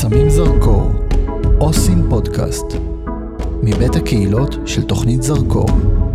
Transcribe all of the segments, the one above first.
שמים זרקור, עושים פודקאסט, מבית הקהילות של תוכנית זרקור.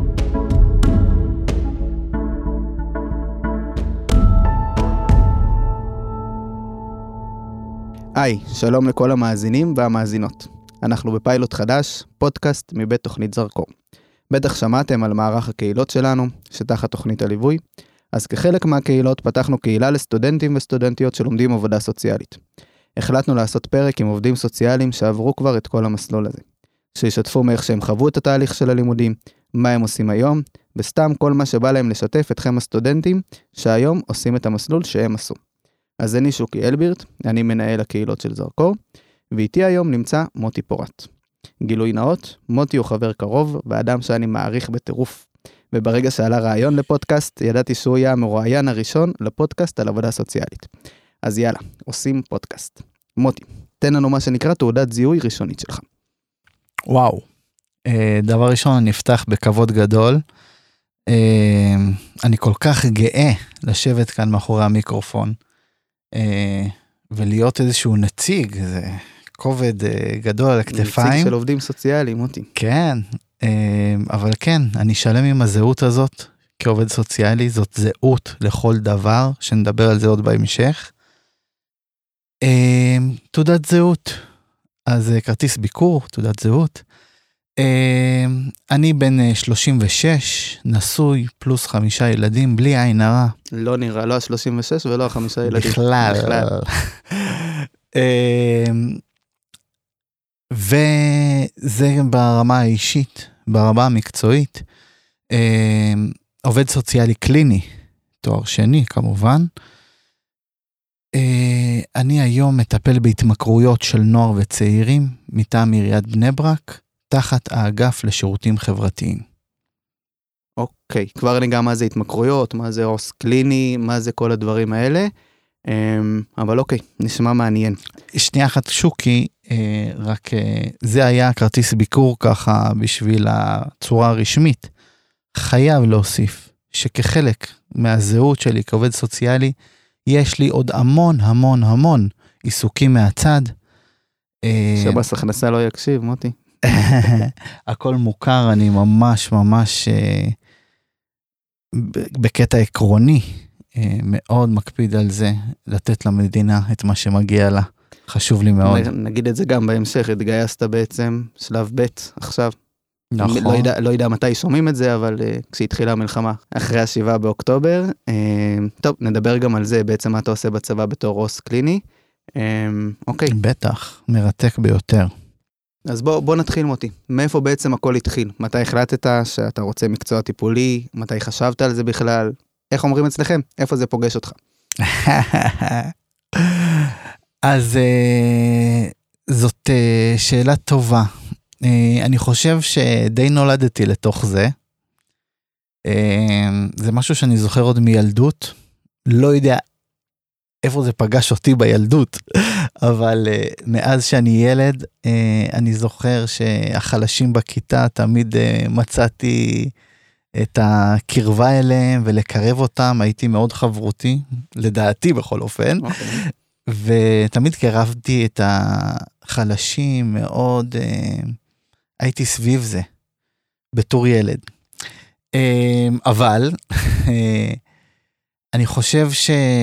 היי, שלום לכל המאזינים והמאזינות. אנחנו בפיילוט חדש, פודקאסט מבית תוכנית זרקור. בטח שמעתם על מערך הקהילות שלנו, שתחת תוכנית הליווי, אז כחלק מהקהילות פתחנו קהילה לסטודנטים וסטודנטיות שלומדים עבודה סוציאלית. החלטנו לעשות פרק עם עובדים סוציאליים שעברו כבר את כל המסלול הזה. שישתפו מאיך שהם חוו את התהליך של הלימודים, מה הם עושים היום, וסתם כל מה שבא להם לשתף אתכם הסטודנטים, שהיום עושים את המסלול שהם עשו. אז אני שוקי אלבירט, אני מנהל הקהילות של זרקור, ואיתי היום נמצא מוטי פורט. גילוי נאות, מוטי הוא חבר קרוב, ואדם שאני מעריך בטירוף. וברגע שעלה רעיון לפודקאסט, ידעתי שהוא יהיה המרואיין הראשון לפודקאסט על עבודה סוציאלית. אז יאללה, עושים פודקאסט. מוטי, תן לנו מה שנקרא תעודת זיהוי ראשונית שלך. וואו, דבר ראשון אני אפתח בכבוד גדול. אני כל כך גאה לשבת כאן מאחורי המיקרופון, ולהיות איזשהו נציג, זה כובד גדול על הכתפיים. נציג של עובדים סוציאליים, מוטי. כן, אבל כן, אני שלם עם הזהות הזאת, כעובד סוציאלי, זאת זהות לכל דבר, שנדבר על זה עוד בהמשך. תעודת זהות, אז כרטיס ביקור, תעודת זהות. אני בן 36, נשוי, פלוס 5 ילדים, בלי עין הרע. לא נראה, לא ה-36 ולא ה-5 ילדים. בכלל. וזה ברמה האישית, ברמה המקצועית. עובד סוציאלי קליני, תואר שני כמובן. אני היום מטפל בהתמכרויות של נוער וצעירים, מטעם עיריית בני ברק, תחת האגף לשירותים חברתיים. אוקיי, כבר אני גם מה זה התמכרויות, מה זה עו"ס קליני, מה זה כל הדברים האלה, אבל אוקיי, נשמע מעניין. שנייה אחת שוקי, רק זה היה כרטיס ביקור ככה בשביל הצורה הרשמית. חייב להוסיף שכחלק מהזהות שלי כעובד סוציאלי, יש לי עוד המון עיסוקים מהצד. שבס הכנסה לא יקשיב, מוטי. הכל מוכר, אני ממש בקטע עקרוני, מאוד מקפיד על זה, לתת למדינה את מה שמגיע לה. חשוב לי מאוד. נגיד את זה גם בהמשך, התגייסת בעצם, שלב ב' עכשיו. נכון. לא יודע מתי שומעים את זה, אבל כשהתחילה המלחמה, אחרי 7 באוקטובר, טוב, נדבר גם על זה, בעצם מה אתה עושה בצבא בתור עו"ס קליני. אוקיי. בטח, מרתק ביותר. אז בוא נתחיל מוטי. מאיפה בעצם הכל התחיל? מתי החלטת שאתה רוצה מקצוע טיפולי? מתי חשבת על זה בכלל? איך אומרים אצלכם? איפה זה פוגש אותך? אז זאת שאלה טובה. אני חושב שדי נולדתי לתוך זה. זה משהו שאני זוכר עוד מילדות. לא יודע איפה זה פגש אותי בילדות, אבל מאז שאני ילד, אני זוכר שהחלשים בכיתה תמיד מצאתי את הקרבה אליהם ולקרב אותם, הייתי מאוד חברותי, לדעתי בכל אופן, ותמיד קרבתי את החלשים מאוד, הייתי סביב זה, בתור ילד. אבל אני חושב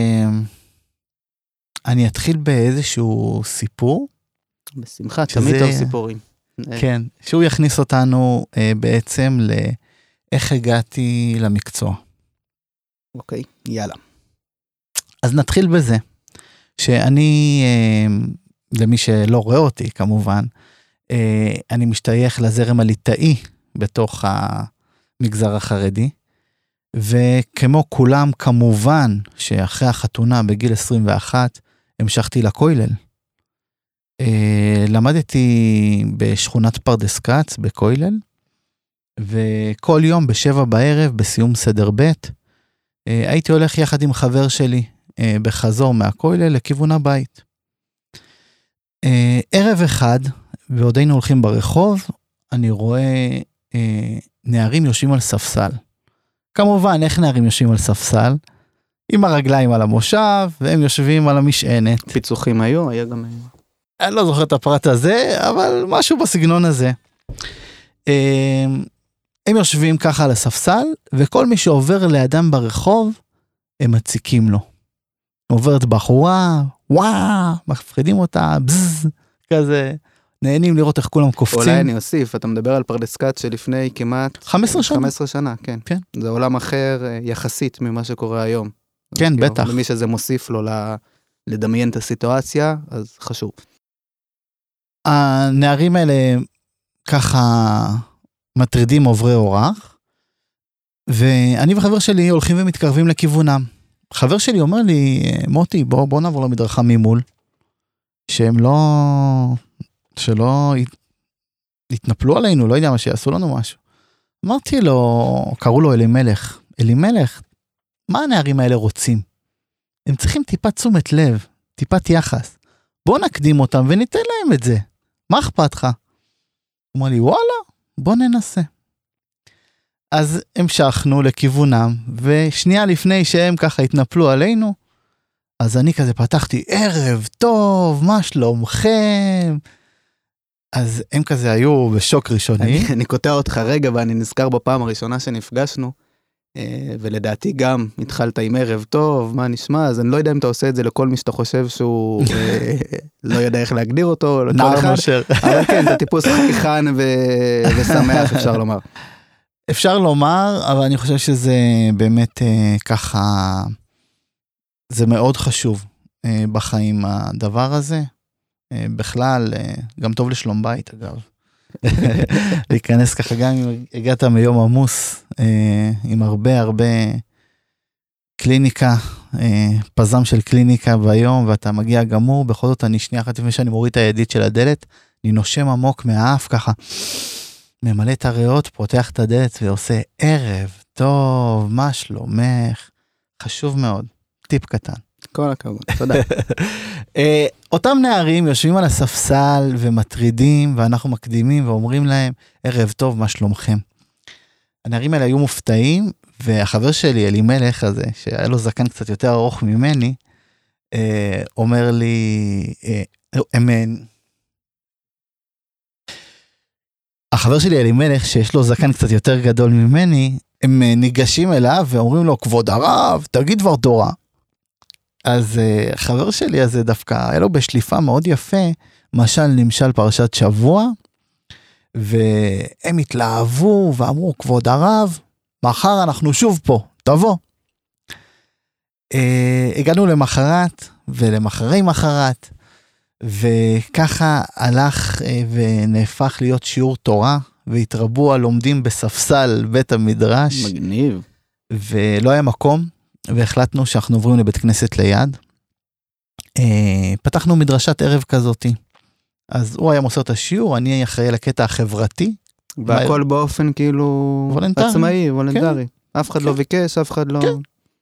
אני אתחיל באיזשהו סיפור. בשמחה, תמיד טוב סיפורים. כן, שהוא יכניס אותנו בעצם לאיך הגעתי למקצוע. אוקיי, יאללה. אז נתחיל בזה, שאני, למי שלא רואה אותי כמובן, אני משתייך לזרם הליטאי בתוך המגזר החרדי, וכמו כולם כמובן שאחרי החתונה בגיל 21, המשכתי לכולל. למדתי בשכונת פרדס כץ בכולל, וכל יום ב7 בערב בסיום סדר ב' הייתי הולך יחד עם חבר שלי בחזור מהכולל לכיוון הבית. ערב אחד, ועודנו הולכים ברחוב, אני רואה נערים יושבים על ספסל. כמובן, איך נערים יושבים על ספסל? עם הרגליים על המושב, והם יושבים על המשענת. פיצוחים היו, היה גם... אני לא זוכר את הפרט הזה, אבל משהו בסגנון הזה. הם יושבים ככה על הספסל, וכל מי שעובר לידם ברחוב, הם מציקים לו. עוברת בחורה, וואו, מפחידים אותה, בזז, כזה, נהנים לראות איך כולם קופצים. אולי אני אוסיף, אתה מדבר על פרדסקאט שלפני כמעט 15 שנה. 15 שנה, כן. כן. זה עולם אחר יחסית ממה שקורה היום. כן, כאילו, בטח. למי שזה מוסיף לו לדמיין את הסיטואציה, אז חשוב. הנערים האלה ככה מטרידים עוברי אורח, ואני וחבר שלי הולכים ומתקרבים לכיוונם. חבר שלי אומר לי, מוטי, בוא נעבור למדרכה ממול, שלא יתנפלו עלינו, לא יודע מה שיעשו לנו משהו. אמרתי לו, קראו לו אלימלך, אלימלך, מה הנערים האלה רוצים? הם צריכים טיפת תשומת לב, טיפת יחס. בוא נקדים אותם וניתן להם את זה. מה אכפת לך? הוא אמר לי, וואלה, בוא ננסה. אז המשכנו לכיוונם, ושנייה לפני שהם ככה התנפלו עלינו, אז אני כזה פתחתי, ערב טוב, מה שלומכם? אז הם כזה היו בשוק ראשוני. אני קוטע אותך רגע, ואני נזכר בפעם הראשונה שנפגשנו, ולדעתי גם התחלת עם ערב טוב, מה נשמע, אז אני לא יודע אם אתה עושה את זה לכל מי שאתה חושב שהוא לא יודע איך להגדיר אותו, נער נושר. אבל כן, זה טיפוס חייכן ושמח, אפשר לומר. אפשר לומר, אבל אני חושב שזה באמת ככה, זה מאוד חשוב בחיים הדבר הזה. בכלל, גם טוב לשלום בית אגב. להיכנס ככה גם אם הגעת מיום עמוס, עם הרבה קליניקה, פזם של קליניקה ביום, ואתה מגיע גמור, בכל זאת אני שנייה אחת לפני שאני מוריד את הידית של הדלת, אני נושם עמוק מהאף ככה, ממלא את הריאות, פותח את הדלת ועושה ערב טוב, מה שלומך? חשוב מאוד, טיפ קטן. כל הכבוד, תודה. אותם נערים יושבים על הספסל ומטרידים, ואנחנו מקדימים ואומרים להם, ערב טוב, מה שלומכם? הנערים האלה היו מופתעים, והחבר שלי, אלימלך הזה, שהיה לו זקן קצת יותר ארוך ממני, אומר לי, החבר שלי אלימלך, שיש לו זקן קצת יותר גדול ממני, הם ניגשים אליו ואומרים לו, כבוד הרב, תגיד דבר תורה. אז חבר שלי הזה דווקא, היה לו בשליפה מאוד יפה, נמשל פרשת שבוע, והם התלהבו ואמרו, כבוד הרב, מחר אנחנו שוב פה, תבוא. הגענו למחרת, ולמחרי מחרת, וככה הלך ונהפך להיות שיעור תורה, והתרבו הלומדים בספסל בית המדרש. מגניב. ולא היה מקום, והחלטנו שאנחנו עוברים לבית כנסת ליד. פתחנו מדרשת ערב כזאת. אז הוא היה מוסר את השיעור, אני אחראי לקטע החברתי. והכל באופן כאילו וולנטרי. עצמאי, וולנטרי. כן. אף אחד לא ביקש, אף אחד לא... כן.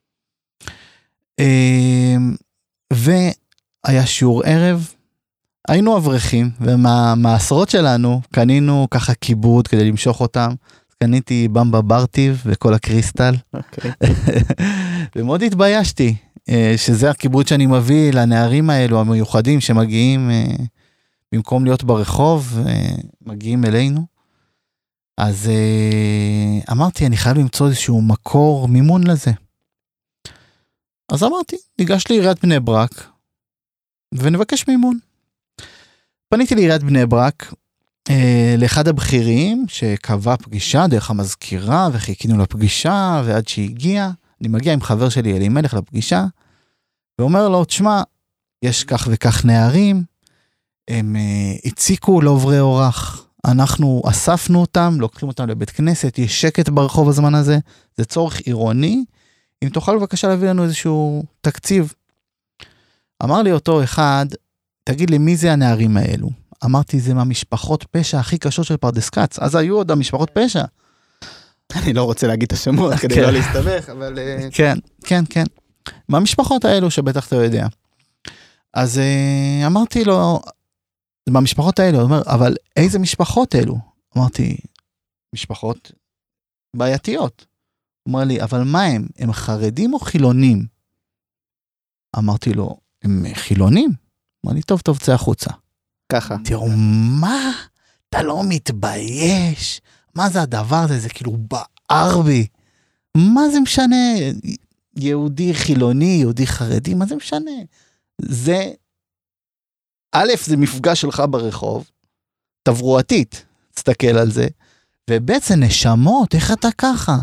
והיה שיעור ערב, היינו אברכים, ומהמעשרות שלנו קנינו ככה כיבוד כדי למשוך אותם. קניתי במבה ברטיב וכל הקריסטל. אוקיי. ומאוד התביישתי, שזה הכיבוד שאני מביא לנערים האלו המיוחדים שמגיעים, במקום להיות ברחוב, מגיעים אלינו. אז אמרתי, אני חייב למצוא איזשהו מקור מימון לזה. אז אמרתי, ניגש לעיריית בני ברק, ונבקש מימון. פניתי לעיריית בני ברק, לאחד הבכירים שקבע פגישה דרך המזכירה, וחיכינו לפגישה, ועד שהגיע, אני מגיע עם חבר שלי אלימלך לפגישה, ואומר לו, תשמע, יש כך וכך נערים, הם הציקו לעוברי אורח, אנחנו אספנו אותם, לוקחים אותם לבית כנסת, יש שקט ברחוב הזמן הזה, זה צורך עירוני, אם תוכל בבקשה להביא לנו איזשהו תקציב. אמר לי אותו אחד, תגיד לי מי זה הנערים האלו? אמרתי, זה מהמשפחות פשע הכי קשות של פרדס-כץ, אז היו עוד המשפחות פשע. אני לא רוצה להגיד את השמות כדי לא להסתבך, אבל... כן. מהמשפחות האלו שבטח אתה יודע. אז אמרתי לו, מהמשפחות האלו, הוא אומר, אבל איזה משפחות אלו? אמרתי, משפחות בעייתיות. הוא אומר לי, אבל מה הם? הם חרדים או חילונים? אמרתי לו, הם חילונים? אמר לי, טוב, צא החוצה. ככה. תראו, מה? אתה לא מתבייש? מה זה הדבר הזה? זה כאילו בער בי. מה זה משנה? יהודי חילוני, יהודי חרדי, מה זה משנה? זה, א', זה מפגש שלך ברחוב, תברואתית, תסתכל על זה, וב' זה נשמות, איך אתה ככה?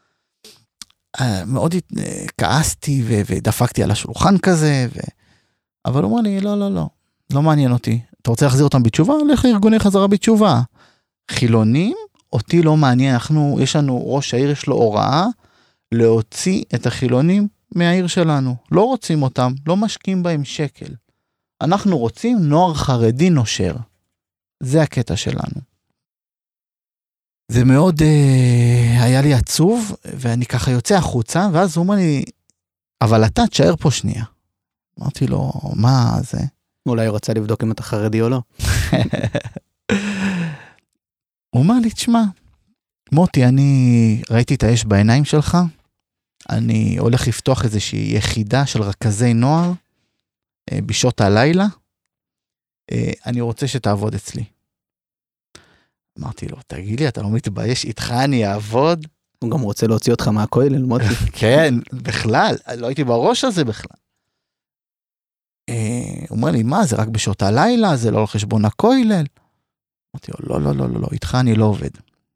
מאוד כעסתי ודפקתי על השולחן כזה, אבל הוא אמר לי, לא מעניין אותי. אתה רוצה להחזיר אותם בתשובה? לך לארגוני חזרה בתשובה. חילונים, אותי לא מעניין, יש לנו, ראש העיר יש לו הוראה, להוציא את החילונים מהעיר שלנו. לא רוצים אותם, לא משקיעים בהם שקל. אנחנו רוצים נוער חרדי נושר. זה הקטע שלנו. זה מאוד היה לי עצוב, ואני ככה יוצא החוצה, ואז הוא אומר לי, אבל אתה תשאר פה שנייה. אמרתי לו, מה זה? אולי הוא רצה לבדוק אם אתה חרדי או לא. הוא אומר לי, תשמע, מוטי, אני ראיתי את האש בעיניים שלך, אני הולך לפתוח איזושהי יחידה של רכזי נוער, בשעות הלילה, אני רוצה שתעבוד אצלי. אמרתי לו, תגיד לי, אתה לא מתבייש, איתך אני אעבוד? הוא גם רוצה להוציא אותך מהכולל, מוטי. כן, בכלל, לא הייתי בראש הזה בכלל. הוא אומר לי, מה, זה רק בשעות הלילה, זה לא על חשבון הכולל? אמרתי לו, לא, איתך אני לא עובד.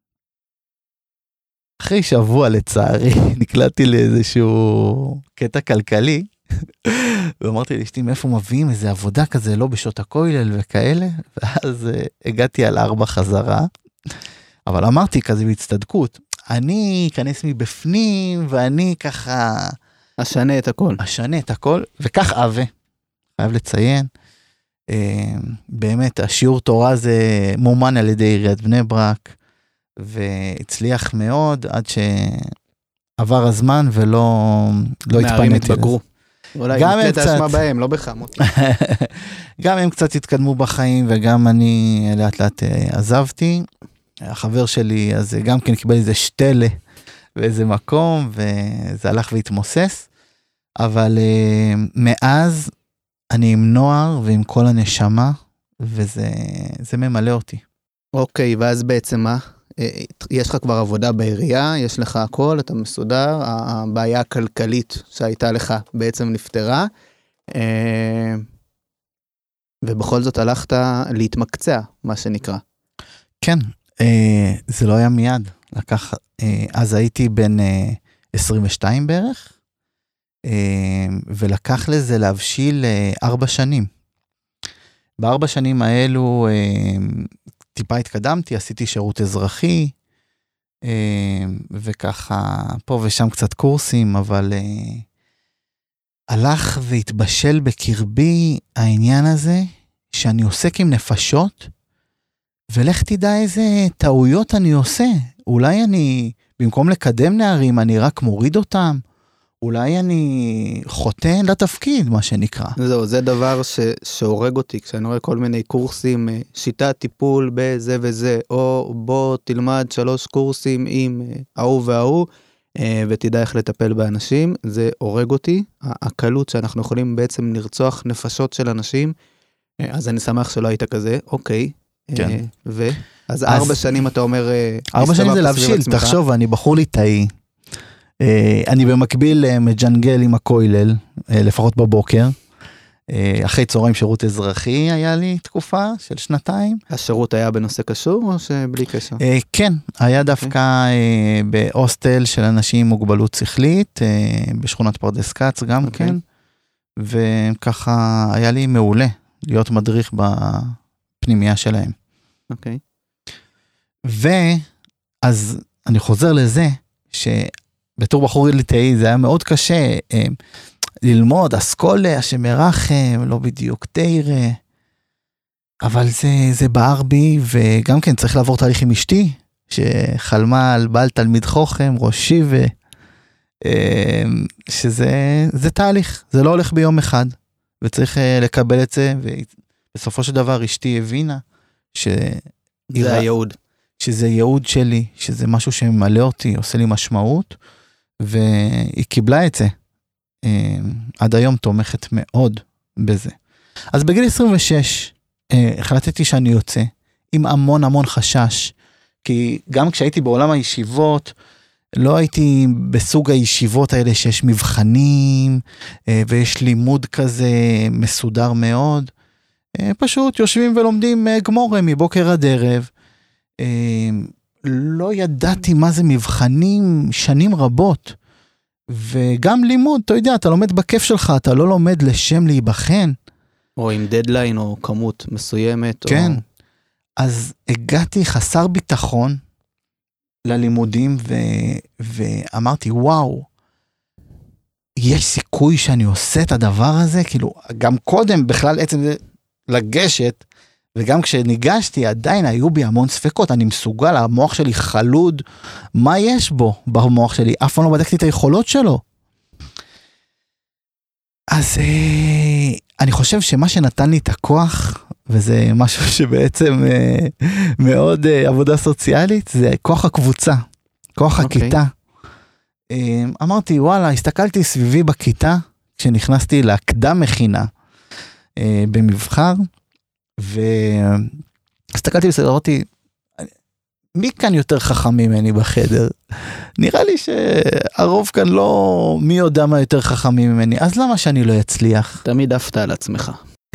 אחרי שבוע לצערי, נקלעתי לאיזשהו קטע כלכלי, ואמרתי לאשתי, מאיפה מביאים איזה עבודה כזה, לא בשעות הכולל וכאלה, ואז הגעתי על 4 חזרה, אבל אמרתי כזה בהצטדקות, אני אכנס מבפנים, ואני ככה... אשנה את הכל, וכך אהבה, חייב לציין, באמת השיעור תורה זה מומן על ידי עיריית בני ברק, והצליח מאוד עד שעבר הזמן ולא התפניתי. נערים התבגרו. אולי נקלט אשמה בהם, לא בך, מוטי. גם הם קצת התקדמו בחיים, וגם אני לאט לאט עזבתי. החבר שלי אז גם כן קיבל איזה שתלה באיזה מקום, וזה הלך והתמוסס. אבל מאז אני עם נוער ועם כל הנשמה, וזה ממלא אותי. אוקיי, ואז בעצם מה? יש לך כבר עבודה בעירייה, יש לך הכל, אתה מסודר, הבעיה הכלכלית שהייתה לך בעצם נפתרה, ובכל זאת הלכת להתמקצע, מה שנקרא. כן, זה לא היה מיד, אז הייתי בן 22 בערך, ולקח לזה להבשיל 4 שנים. ב4 שנים האלו, טיפה התקדמתי, עשיתי שירות אזרחי, וככה פה ושם קצת קורסים, אבל הלך והתבשל בקרבי העניין הזה, שאני עוסק עם נפשות, ולך תדע איזה טעויות אני עושה. אולי אני, במקום לקדם נערים, אני רק מוריד אותם, אולי אני חוטא לתפקיד, מה שנקרא. זהו, זה דבר שהורג אותי, כשאני רואה כל מיני קורסים, שיטת טיפול בזה וזה, או בוא תלמד 3 קורסים עם ההוא וההוא, ותדע איך לטפל באנשים, זה הורג אותי. הקלות שאנחנו יכולים בעצם לרצוח נפשות של אנשים, אז אני שמח שלא היית כזה, אוקיי. כן. אז 4 שנים אתה אומר... 4 שנים זה להבשיל, תחשוב, אני בחור ליטאי, אני במקביל מג'נגל עם הכולל, לפחות בבוקר, אחרי צהריים שירות אזרחי היה לי תקופה של 2. השירות היה בנושא קשור או שבלי קשר? כן, היה דווקא בהוסטל של אנשים עם מוגבלות שכלית, בשכונת פרדס כץ גם כן, וככה היה לי מעולה להיות מדריך בפנימייה שלהם. אוקיי. ואז אני חוזר לזה, שבתור בחור ליטאי זה היה מאוד קשה ללמוד, אסכולה, השם ירחם, לא בדיוק תירא, אבל זה בער בי, וגם כן צריך לעבור תהליך עם אשתי, שחלמה על בעל תלמיד חוכם, ראש שיבה, שזה תהליך, זה לא הולך ביום אחד, וצריך לקבל את זה, ובסופו של דבר אשתי הבינה, זה הייעוד. שזה ייעוד שלי, שזה משהו שממלא אותי, עושה לי משמעות, והיא קיבלה את זה. עד היום תומכת מאוד בזה. אז בגיל 26 החלטתי שאני יוצא, עם המון המון חשש, כי גם כשהייתי בעולם הישיבות, לא הייתי בסוג הישיבות האלה שיש מבחנים, ויש לימוד כזה מסודר מאוד, פשוט יושבים ולומדים גמורה מבוקר עד ערב, לא ידעתי מה זה מבחנים שנים רבות, וגם לימוד, אתה יודע, אתה לומד בכיף שלך, אתה לא לומד לשם להיבחן. או עם דדליין או כמות מסוימת. כן, אז הגעתי חסר ביטחון ללימודים, ואמרתי, וואו, יש סיכוי שאני עושה את הדבר הזה? כאילו, גם קודם בכלל עצם זה לגשת, וגם כשניגשתי עדיין היו בי המון ספקות, אני מסוגל, המוח שלי חלוד, מה יש בו במוח שלי? אף פעם לא בדקתי את היכולות שלו. אז אני חושב שמה שנתן לי את הכוח, וזה משהו שבעצם מאוד עבודה סוציאלית, זה כוח הקבוצה, כוח הכיתה. אמרתי, וואלה, הסתכלתי סביבי בכיתה, כשנכנסתי להקדם מכינה במבחר, והסתכלתי בסדר, אמרתי, מי כאן יותר חכם ממני בחדר? נראה לי שהרוב כאן לא מי יודע מה יותר חכמים ממני, אז למה שאני לא אצליח? תמיד עפת על עצמך.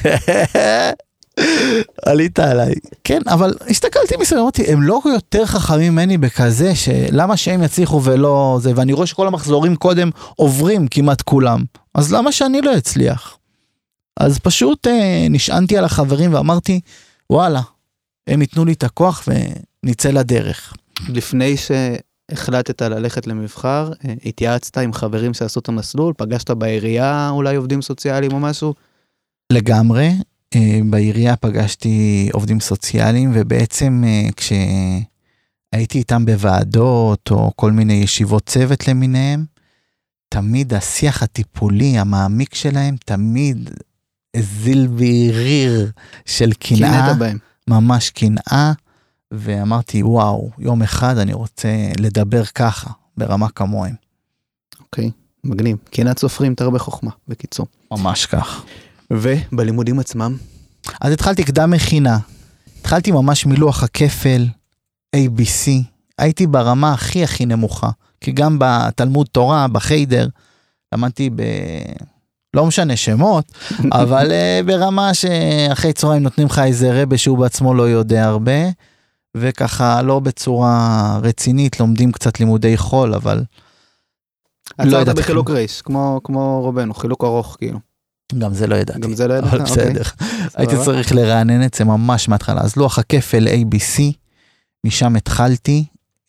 עלית עליי. כן, אבל הסתכלתי מסוים, אמרתי, הם לא יותר חכמים ממני בכזה, למה שהם יצליחו ולא זה, ואני רואה שכל המחזורים קודם עוברים כמעט כולם, אז למה שאני לא אצליח? אז פשוט נשענתי על החברים ואמרתי, וואלה, הם ייתנו לי את הכוח ונצא לדרך. לפני שהחלטת ללכת למבחר, התייעצת עם חברים שעשו את המסלול, פגשת בעירייה אולי עובדים סוציאליים או משהו? לגמרי, בעירייה פגשתי עובדים סוציאליים, ובעצם כשהייתי איתם בוועדות או כל מיני ישיבות צוות למיניהם, תמיד השיח הטיפולי המעמיק שלהם, תמיד זיל וריר של קנאה, קינאת בהם. ממש קנאה, ואמרתי, וואו, יום אחד אני רוצה לדבר ככה, ברמה כמוהם. אוקיי, מגניב. קנאת סופרים תרבה חוכמה, בקיצור. ממש כך. ובלימודים עצמם? אז התחלתי קדם מכינה, התחלתי ממש מלוח הכפל, ABC, הייתי ברמה הכי נמוכה, כי גם בתלמוד תורה, בחיידר, למדתי לא משנה שמות, אבל ברמה שאחרי צהריים נותנים לך איזה רבה שהוא בעצמו לא יודע הרבה, וככה לא בצורה רצינית, לומדים קצת לימודי חול, אבל לא ידעת בחילוק רייש, כמו רובנו, חילוק ארוך כאילו. גם זה לא ידעתי. גם זה לא ידעת? אבל בסדר. הייתי צריך לרענן את זה ממש מההתחלה. אז לוח הכפל ABC, משם התחלתי,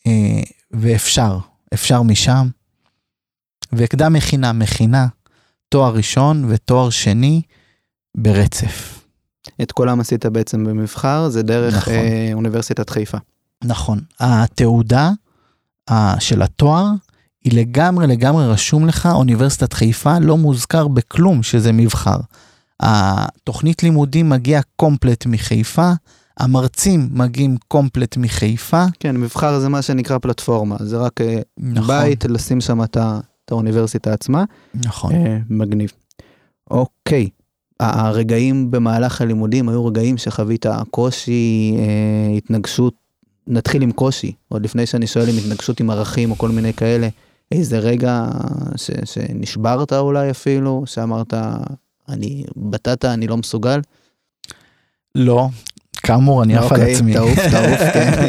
ואפשר משם, וקדם מכינה, תואר ראשון ותואר שני ברצף. את כולם עשית בעצם במבחר, זה דרך נכון. אוניברסיטת חיפה. נכון. התעודה של התואר, היא לגמרי רשום לך, אוניברסיטת חיפה לא מוזכר בכלום שזה מבחר. התוכנית לימודים מגיעה קומפלט מחיפה, המרצים מגיעים קומפלט מחיפה. כן, מבחר זה מה שנקרא פלטפורמה, זה רק נכון. בית לשים שם את האוניברסיטה עצמה. נכון. מגניב. אוקיי, הרגעים במהלך הלימודים היו רגעים שחווית קושי, התנגשות, נתחיל עם קושי, עוד לפני שאני שואל אם התנגשות עם ערכים או כל מיני כאלה, איזה רגע שנשברת אולי אפילו, שאמרת, אני לא מסוגל? לא, כאמור, אני עף על עצמי. תעוף, כן.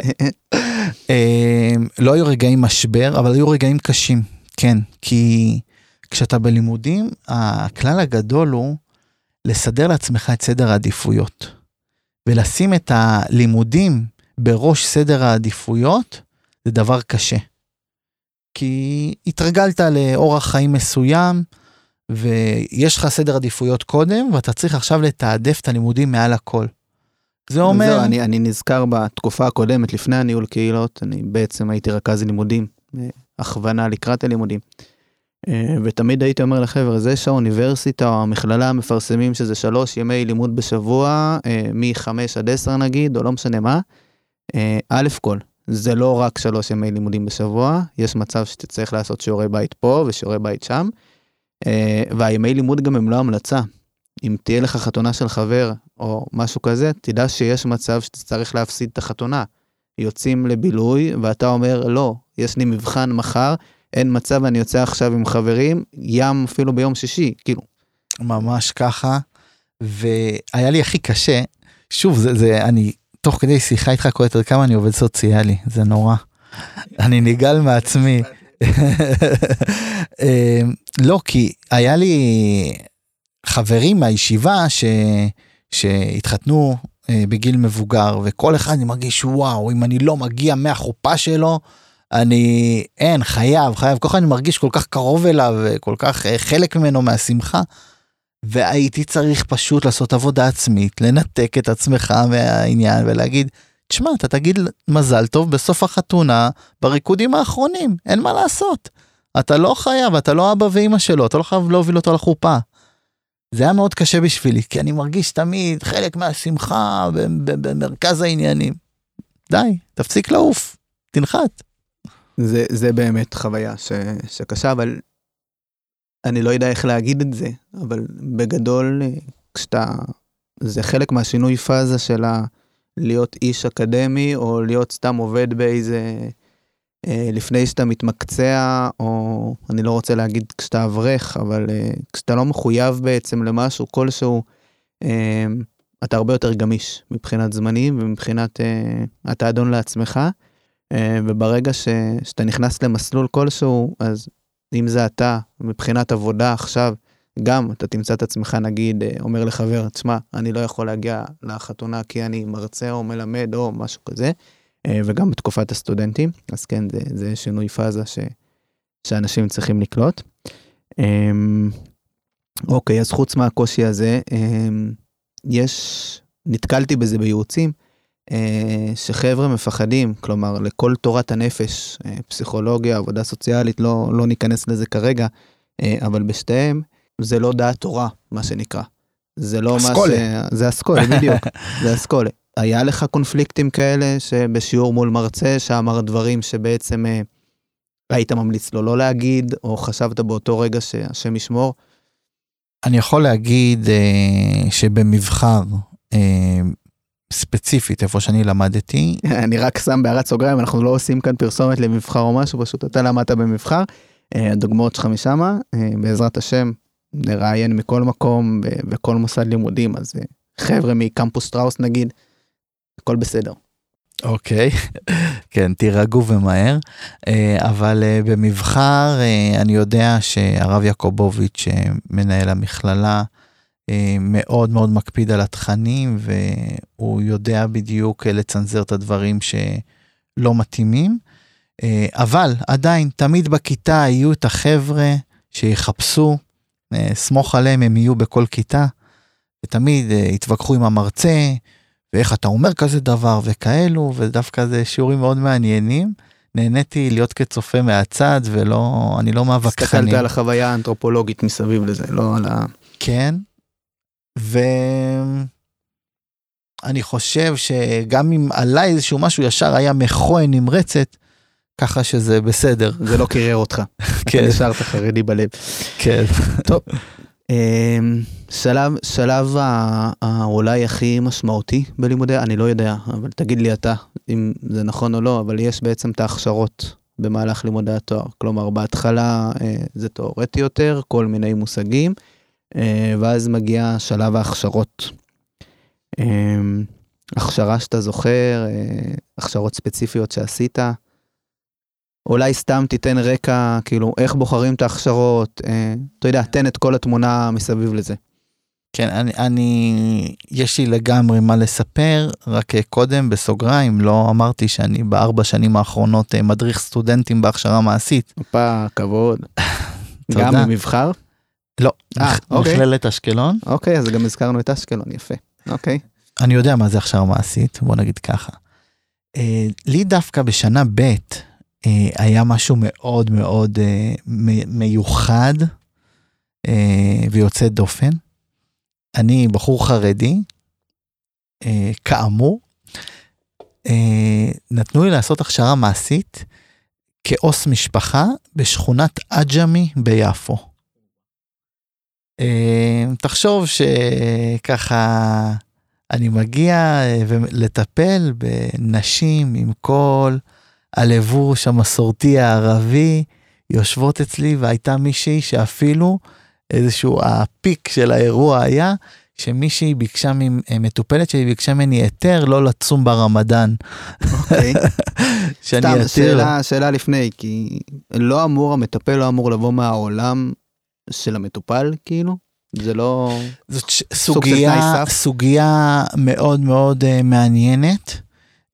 לא היו רגעים משבר, אבל היו רגעים קשים, כן, כי כשאתה בלימודים, הכלל הגדול הוא לסדר לעצמך את סדר העדיפויות, ולשים את הלימודים בראש סדר העדיפויות, זה דבר קשה. כי התרגלת לאורח חיים מסוים, ויש לך סדר עדיפויות קודם, ואתה צריך עכשיו לתעדף את הלימודים מעל הכל. זה אומר... אני נזכר בתקופה הקודמת, לפני הניהול קהילות, אני בעצם הייתי רכז לימודים, הכוונה לקראת הלימודים. ותמיד הייתי אומר לחבר, זה שהאוניברסיטה או המכללה מפרסמים שזה 3 ימי לימוד בשבוע, מ-5 עד 10 נגיד, או לא משנה מה, א' כל, זה לא רק 3 ימי לימודים בשבוע, יש מצב שתצטרך לעשות שיעורי בית פה ושיעורי בית שם, והימי לימוד גם הם לא המלצה. אם תהיה לך חתונה של חבר, או משהו כזה, תדע שיש מצב שאתה צריך להפסיד את החתונה. יוצאים לבילוי, ואתה אומר, לא, יש לי מבחן מחר, אין מצב, אני יוצא עכשיו עם חברים, ים אפילו ביום שישי, כאילו. ממש ככה, והיה לי הכי קשה, שוב, אני תוך כדי שיחה איתך כל יותר כמה אני עובד סוציאלי, זה נורא. אני ניגל מעצמי. לא, כי היה לי חברים מהישיבה שהתחתנו בגיל מבוגר, וכל אחד אני מרגיש, וואו, אם אני לא מגיע מהחופה שלו, חייב, כל כך אני מרגיש כל כך קרוב אליו, וכל כך חלק ממנו מהשמחה, והייתי צריך פשוט לעשות עבודה עצמית, לנתק את עצמך מהעניין, ולהגיד, תשמע, אתה תגיד מזל טוב בסוף החתונה, בריקודים האחרונים, אין מה לעשות. אתה לא חייב, אתה לא אבא ואמא שלו, אתה לא חייב להוביל אותו לחופה. זה היה מאוד קשה בשבילי, כי אני מרגיש תמיד חלק מהשמחה במרכז העניינים. די, תפסיק לעוף, תנחת. זה באמת חוויה שקשה, אבל אני לא יודע איך להגיד את זה, אבל בגדול, זה חלק מהשינוי פאזה של להיות איש אקדמי, או להיות סתם עובד באיזה, לפני שאתה מתמקצע, או אני לא רוצה להגיד כשאתה אברך, אבל כשאתה לא מחויב בעצם למשהו, כלשהו, אתה הרבה יותר גמיש מבחינת זמנים, ומבחינת אתה אדון לעצמך, וברגע שאתה נכנס למסלול כלשהו, אז אם זה אתה, מבחינת עבודה עכשיו, גם אתה תמצא את עצמך נגיד, אומר לחבר, תשמע, אני לא יכול להגיע לחתונה כי אני מרצה או מלמד או משהו כזה, וגם בתקופת הסטודנטים, אז כן, זה שינוי פאזה שאנשים צריכים לקלוט. אוקיי, אז חוץ מהקושי הזה, נתקלתי בזה בייעוצים, שחבר'ה מפחדים, כלומר, לכל תורת הנפש, פסיכולוגיה, עבודה סוציאלית, לא ניכנס לזה כרגע, אבל בשתיהם, זה לא דעת תורה, מה שנקרא. זה לא אסכולה. זה אסכולה, בדיוק. זה אסכולה. היה לך קונפליקטים כאלה, שבשיעור מול מרצה, שאמר דברים שבעצם היית ממליץ לו לא להגיד, או חשבת באותו רגע שהשם ישמור? אני יכול להגיד שבמבחר, ספציפית, איפה שאני למדתי. אני רק שם בהערת סוגריים, אנחנו לא עושים כאן פרסומת למבחר או משהו, פשוט אתה למדת במבחר, הדוגמאות שלך משמה, בעזרת השם, נראיין מכל מקום, וכל מוסד לימודים, אז חבר'ה מקמפוס טראוס נגיד, הכל בסדר. אוקיי, כן, תירגעו ומהר, אבל במבחר אני יודע שהרב יעקובוביץ' מנהל המכללה, מאוד מאוד מקפיד על התכנים, והוא יודע בדיוק לצנזר את הדברים שלא מתאימים, אבל עדיין תמיד בכיתה יהיו את החבר'ה שיחפשו, סמוך עליהם הם יהיו בכל כיתה, ותמיד יתווכחו עם המרצה, ואיך אתה אומר כזה דבר וכאלו, ודווקא זה שיעורים מאוד מעניינים, נהניתי להיות כצופה מהצד, ואני לא מאבקחני. הסתכלת על החוויה האנתרופולוגית מסביב לזה, לא על ה... כן, ואני חושב שגם אם עליי איזשהו משהו ישר היה מכוון נמרצת, ככה שזה בסדר. זה לא קירר אותך. כן. אתה נשארת חרדי בלב. כן. טוב. שלב אולי הכי משמעותי בלימודי, אני לא יודע, אבל תגיד לי אתה, אם זה נכון או לא, אבל יש בעצם את ההכשרות במהלך לימודי התואר. כלומר, בהתחלה זה תיאורטי יותר, כל מיני מושגים, ואז מגיע שלב ההכשרות. הכשרה שאתה זוכר, הכשרות ספציפיות שעשית, אולי סתם תיתן רקע, כאילו, איך בוחרים את ההכשרות, אתה יודע, תן את כל התמונה מסביב לזה. כן, יש לי לגמרי מה לספר, רק קודם בסוגריים, לא אמרתי שאני ב4 שנים האחרונות מדריך סטודנטים בהכשרה מעשית. אופה, כבוד. גם במבחר? לא, מכללת אשקלון. אוקיי, אז גם הזכרנו את אשקלון, יפה. אוקיי. אני יודע מה זה הכשרה מעשית, בוא נגיד ככה. לי דווקא בשנה ב' היה משהו מאוד מאוד מיוחד ויוצא דופן. אני בחור חרדי, כאמור, נתנו לי לעשות הכשרה מעשית כעוס משפחה בשכונת אג'מי ביפו. תחשוב שככה אני מגיע לטפל בנשים עם כל הלבוש המסורתי הערבי, יושבות אצלי, והייתה מישהי שאפילו איזשהו הפיק של האירוע היה, שמישהי ביקשה, מטופלת שלי ביקשה ממני היתר לא לצום ברמדאן. אוקיי. סתם, שאלה לפני, כי לא אמור, המטפל לא אמור לבוא מהעולם של המטופל, כאילו? זה לא... זאת סוגיה מאוד מאוד מעניינת,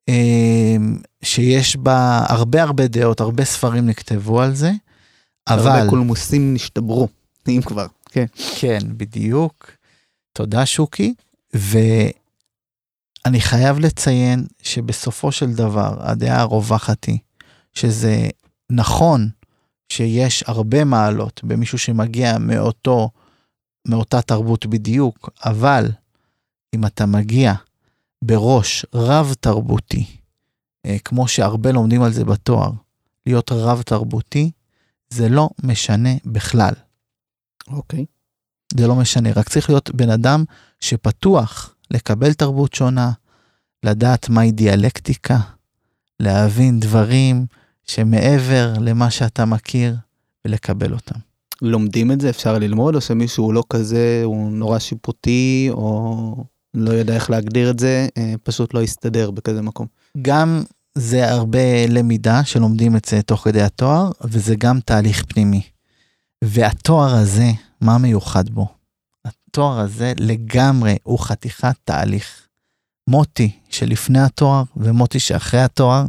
שיש בה הרבה דעות, הרבה ספרים נכתבו על זה, אבל... הרבה קולמוסים נשתברו, אם כבר. כן. כן, בדיוק. תודה שוקי, ואני חייב לציין שבסופו של דבר, הדעה הרווחת היא, שזה נכון שיש הרבה מעלות במישהו שמגיע מאותה תרבות בדיוק, אבל אם אתה מגיע בראש רב תרבותי, כמו שהרבה לומדים על זה בתואר, להיות רב תרבותי, זה לא משנה בכלל. אוקיי. זה לא משנה, רק צריך להיות בן אדם שפתוח לקבל תרבות שונה, לדעת מהי דיאלקטיקה, להבין דברים שמעבר למה שאתה מכיר, ולקבל אותם. לומדים את זה, אפשר ללמוד, או שמישהו הוא לא כזה, הוא נורא שיפוטי, או לא יודע איך להגדיר את זה, פשוט לא יסתדר בכזה מקום. גם זה הרבה למידה שלומדים את זה תוך כדי התואר, וזה גם תהליך פנימי. והתואר הזה, מה מיוחד בו? התואר הזה לגמרי הוא חתיכת תהליך. מוטי שלפני התואר ומוטי שאחרי התואר,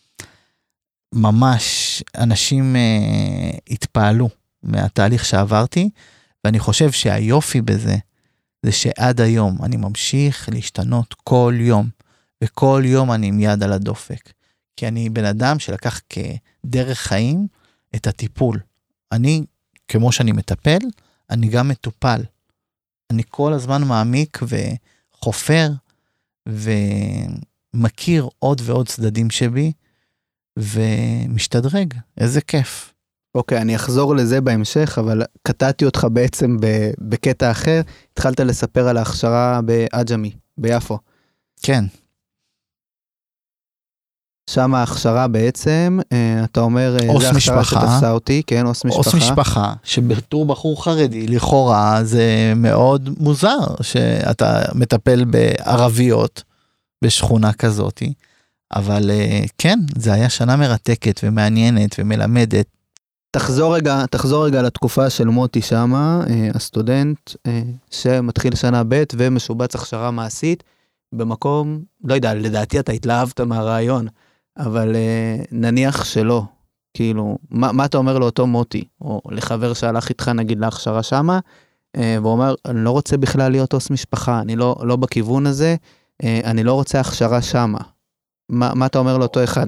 ממש אנשים התפעלו מהתהליך שעברתי, ואני חושב שהיופי בזה, זה שעד היום אני ממשיך להשתנות כל יום, וכל יום אני עם יד על הדופק. כי אני בן אדם שלקח כדרך חיים את הטיפול. אני, כמו שאני מטפל, אני גם מטופל. אני כל הזמן מעמיק וחופר, ומכיר עוד ועוד צדדים שבי, ומשתדרג. איזה כיף. אוקיי, אני אחזור לזה בהמשך, אבל קטעתי אותך בעצם בקטע אחר. התחלת לספר על ההכשרה באג'מי, ביפו. כן. שם ההכשרה בעצם, אתה אומר, זה הכשרה שתפסה אותי, כן, עוס משפחה. עוס משפחה, שבתור בחור חרדי, לכאורה זה מאוד מוזר, שאתה מטפל בערביות, בשכונה כזאת, אבל כן, זה היה שנה מרתקת ומעניינת ומלמדת. תחזור רגע לתקופה של מוטי שמה, הסטודנט שמתחיל שנה ב' ומשובץ הכשרה מעשית, במקום, לא יודע, לדעתי אתה התלהבת מהרעיון, אבל נניח שלא, כאילו, מה אתה אומר לאותו מוטי, או לחבר שהלך איתך נגיד להכשרה שמה, והוא אומר, אני לא רוצה בכלל להיות עוס משפחה, אני לא בכיוון הזה, אני לא רוצה הכשרה שמה. מה אתה אומר לאותו אחד?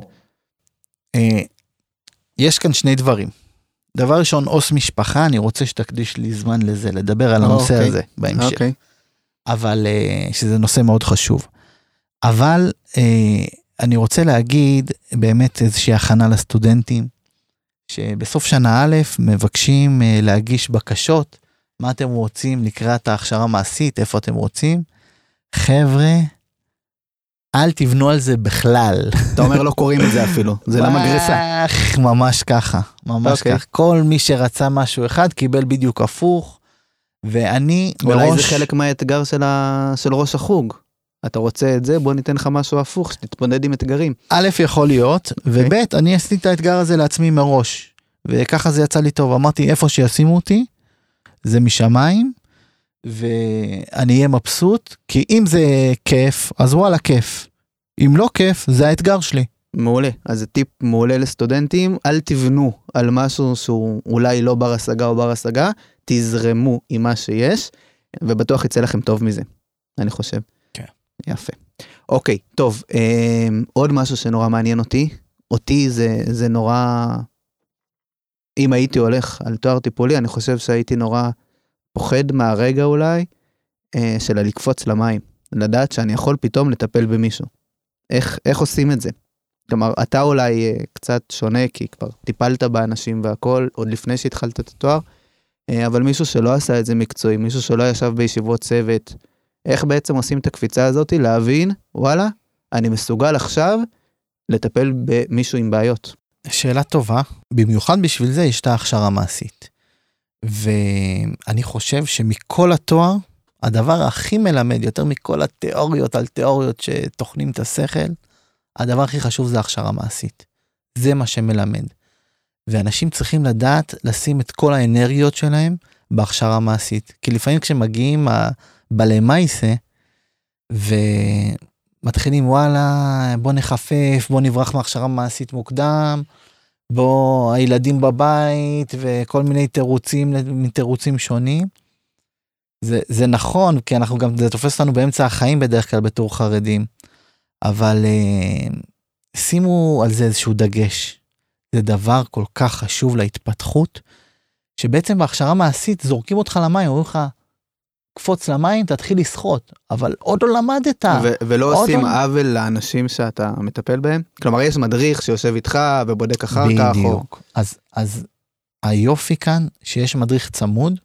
יש כאן שני דברים. דבר ראשון, עוס משפחה, אני רוצה שתקדיש לי זמן לזה, לדבר על הנושא הזה בהמשך. אבל שזה נושא מאוד חשוב. אבל אני רוצה להגיד באמת איזושהי הכנה לסטודנטים, שבסוף שנה א' מבקשים להגיש בקשות, מה אתם רוצים לקראת ההכשרה מעשית, איפה אתם רוצים. חבר'ה, אל תבנו על זה בכלל. אתה אומר לא קוראים את זה אפילו, זה למגרסה. ממש ככה, ממש ככה. כל מי שרצה משהו אחד קיבל בדיוק הפוך, ואני אולי זה חלק מהאתגר של ראש החוג. אתה רוצה את זה, בוא ניתן לך משהו הפוך, שתתמודד עם אתגרים. א' יכול להיות, וב' אני עשיתי את האתגר הזה לעצמי מראש, וככה זה יצא לי טוב. אמרתי, איפה שישימו אותי, זה משמיים, ואני אהיה מבסוט, כי אם זה כיף, אז וואלה כיף. אם לא כיף, זה האתגר שלי. מעולה. אז זה טיפ מעולה לסטודנטים, אל תבנו על משהו שהוא אולי לא בר השגה או בר השגה, תזרמו עם מה שיש, ובטוח יצא לכם טוב מזה, אני חושב. כן. יפה. אוקיי, טוב, עוד משהו שנורא מעניין אותי זה נורא, אם הייתי הולך על תואר טיפולי, אני חושב שהייתי נורא פוחד מהרגע אולי, של לקפוץ למים, לדעת שאני יכול פתאום לטפל במישהו. איך עושים את זה? כלומר, אתה אולי קצת שונה, כי כבר טיפלת באנשים והכל, עוד לפני שהתחלת את התואר, אבל מישהו שלא עשה את זה מקצועי, מישהו שלא ישב בישיבות צוות, איך בעצם עושים את הקפיצה הזאת, להבין, וואלה, אני מסוגל עכשיו לטפל במישהו עם בעיות. שאלה טובה, במיוחד בשביל זה יש את ההכשרה מעשית. ואני חושב שמכל התואר, הדבר הכי מלמד, יותר מכל התיאוריות על תיאוריות שתוכנים את השכל, הדבר הכי חשוב זה הכשרה מעשית. זה מה שמלמד. ואנשים צריכים לדעת לשים את כל האנרגיות שלהם בהכשרה מעשית. כי לפעמים כשמגיעים בעלי מייסה, ומתחילים וואלה, בוא נחפף, בוא נברח מהכשרה מעשית מוקדם, בוא הילדים בבית, וכל מיני תירוצים שונים. זה נכון, כי אנחנו גם, זה תופס לנו באמצע החיים בדרך כלל בתור חרדים, אבל שימו על זה איזשהו דגש. זה דבר כל כך חשוב להתפתחות, שבעצם בהכשרה מעשית זורקים אותך למים, אומרים לך, קפוץ למים, תתחיל לשחות, אבל עוד לא למדת. ולא עושים עוול לאנשים שאתה מטפל בהם? כלומר, יש מדריך שיושב איתך ובודק אחר כך. בדיוק. אז היופי כאן, שיש מדריך צמוד,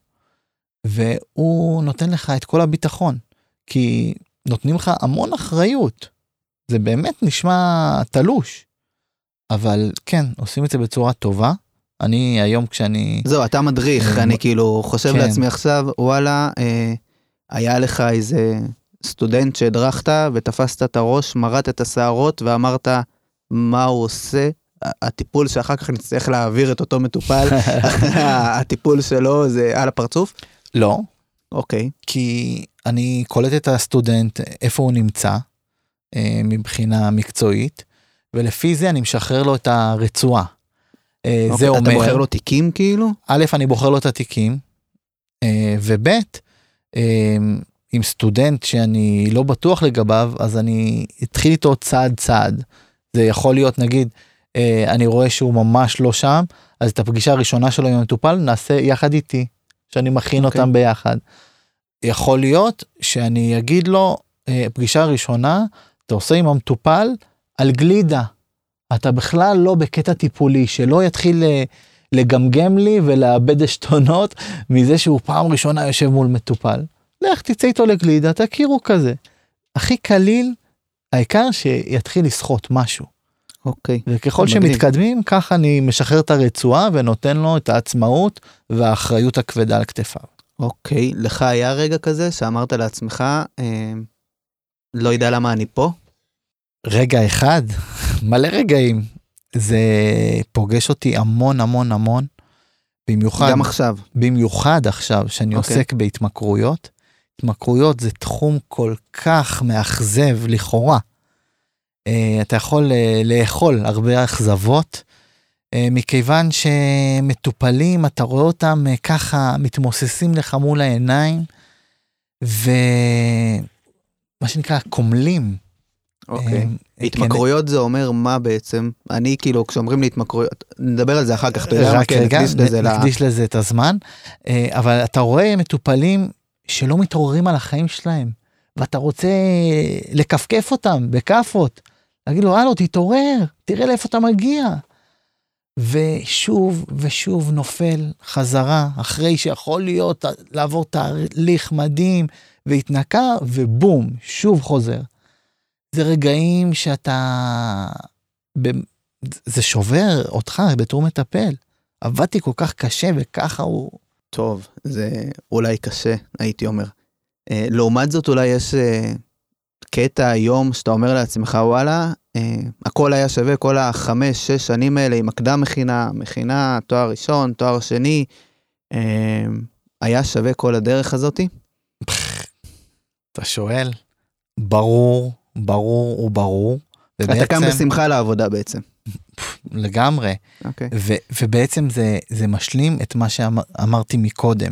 והוא נותן לך את כל הביטחון, כי נותנים לך המון אחריות. זה באמת נשמע תלוש, אבל כן, עושים את זה בצורה טובה. אני היום כשאני... זהו, אתה מדריך, אני כאילו חושב לעצמי עכשיו, וואלה, היה לך איזה סטודנט שהדרכת, ותפסת את הראש, מראת את השערות, ואמרת מה הוא עושה, הטיפול שאחר כך נצטרך להעביר את אותו מטופל, הטיפול שלו זה על הפרצוף? לא. אוקיי. כי אני קולט את הסטודנט, איפה הוא נמצא, מבחינה מקצועית, ולפי זה אני משחרר לו את הרצועה. זה אומר... אתה בוחר לו תיקים כאילו? א', אני בוחר לו את התיקים, וב', עם סטודנט שאני לא בטוח לגביו, אז אני אתחיל איתו צעד. זה יכול להיות, נגיד, אני רואה שהוא ממש לא שם, אז את הפגישה הראשונה שלו עם המטופל נעשה יחד איתי, שאני מכין אותם ביחד. יכול להיות שאני אגיד לו, פגישה ראשונה, אתה עושה עם המטופל על גלידה. אתה בכלל לא בקטע טיפולי, שלא יתחיל לגמגם לי ולאבד השתונות מזה שהוא פעם ראשונה יושב מול מטופל. לך תצא איתו לגלידה, תכירו כזה. הכי קליל, העיקר שיתחיל לשחות משהו. אוקיי. וככל שמתקדמים, ככה אני משחרר את הרצועה ונותן לו את העצמאות והאחריות הכבדה על כתפיו. אוקיי, לך היה רגע כזה שאמרת לעצמך, לא יודע למה אני פה? רגע אחד, מלא רגעים, זה פוגש אותי המון, במיוחד, גם עכשיו. במיוחד עכשיו, שאני עוסק בהתמכרויות. התמכרויות זה תחום כל כך מאכזב לכאורה. אתה יכול לאכול הרבה אכזבות, מכיוון שמטופלים, אתה רואה אותם ככה מתמוססים לך מול העיניים, ומה שנקרא קומלים. אוקיי. התמכרויות זה אומר מה בעצם? אני כאילו, כשאומרים לי התמכרויות, נדבר על זה אחר כך, אתה יודע מה, נקדיש לזה את הזמן, אבל אתה רואה מטופלים שלא מתעוררים על החיים שלהם, ואתה רוצה לקפקף אותם בכפות, להגיד לו, הלו, תתעורר, תראה לאיפה אתה מגיע. ושוב ושוב נופל חזרה, אחרי שיכול להיות לעבור תהליך מדהים, והתנקה, ובום, שוב חוזר. זה רגעים שאתה, זה שובר אותך בתור מטפל. עבדתי כל כך קשה וככה הוא... טוב, זה אולי קשה, הייתי אומר. לעומת זאת אולי יש קטע היום שאתה אומר לעצמך, וואלה, הכל היה שווה, כל 5-6 שנים האלה עם הקדם מכינה, תואר ראשון, תואר שני, היה שווה כל הדרך הזאת? אתה שואל? ברור. אתה קם בשמחה לעבודה בעצם. לגמרי. Okay. ובעצם זה משלים את מה שאמרתי מקודם.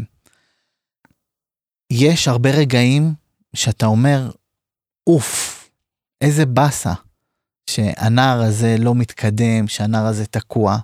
יש הרבה רגעים שאתה אומר, אוף, איזה בסה, שהנער הזה לא מתקדם, שהנער הזה תקוע,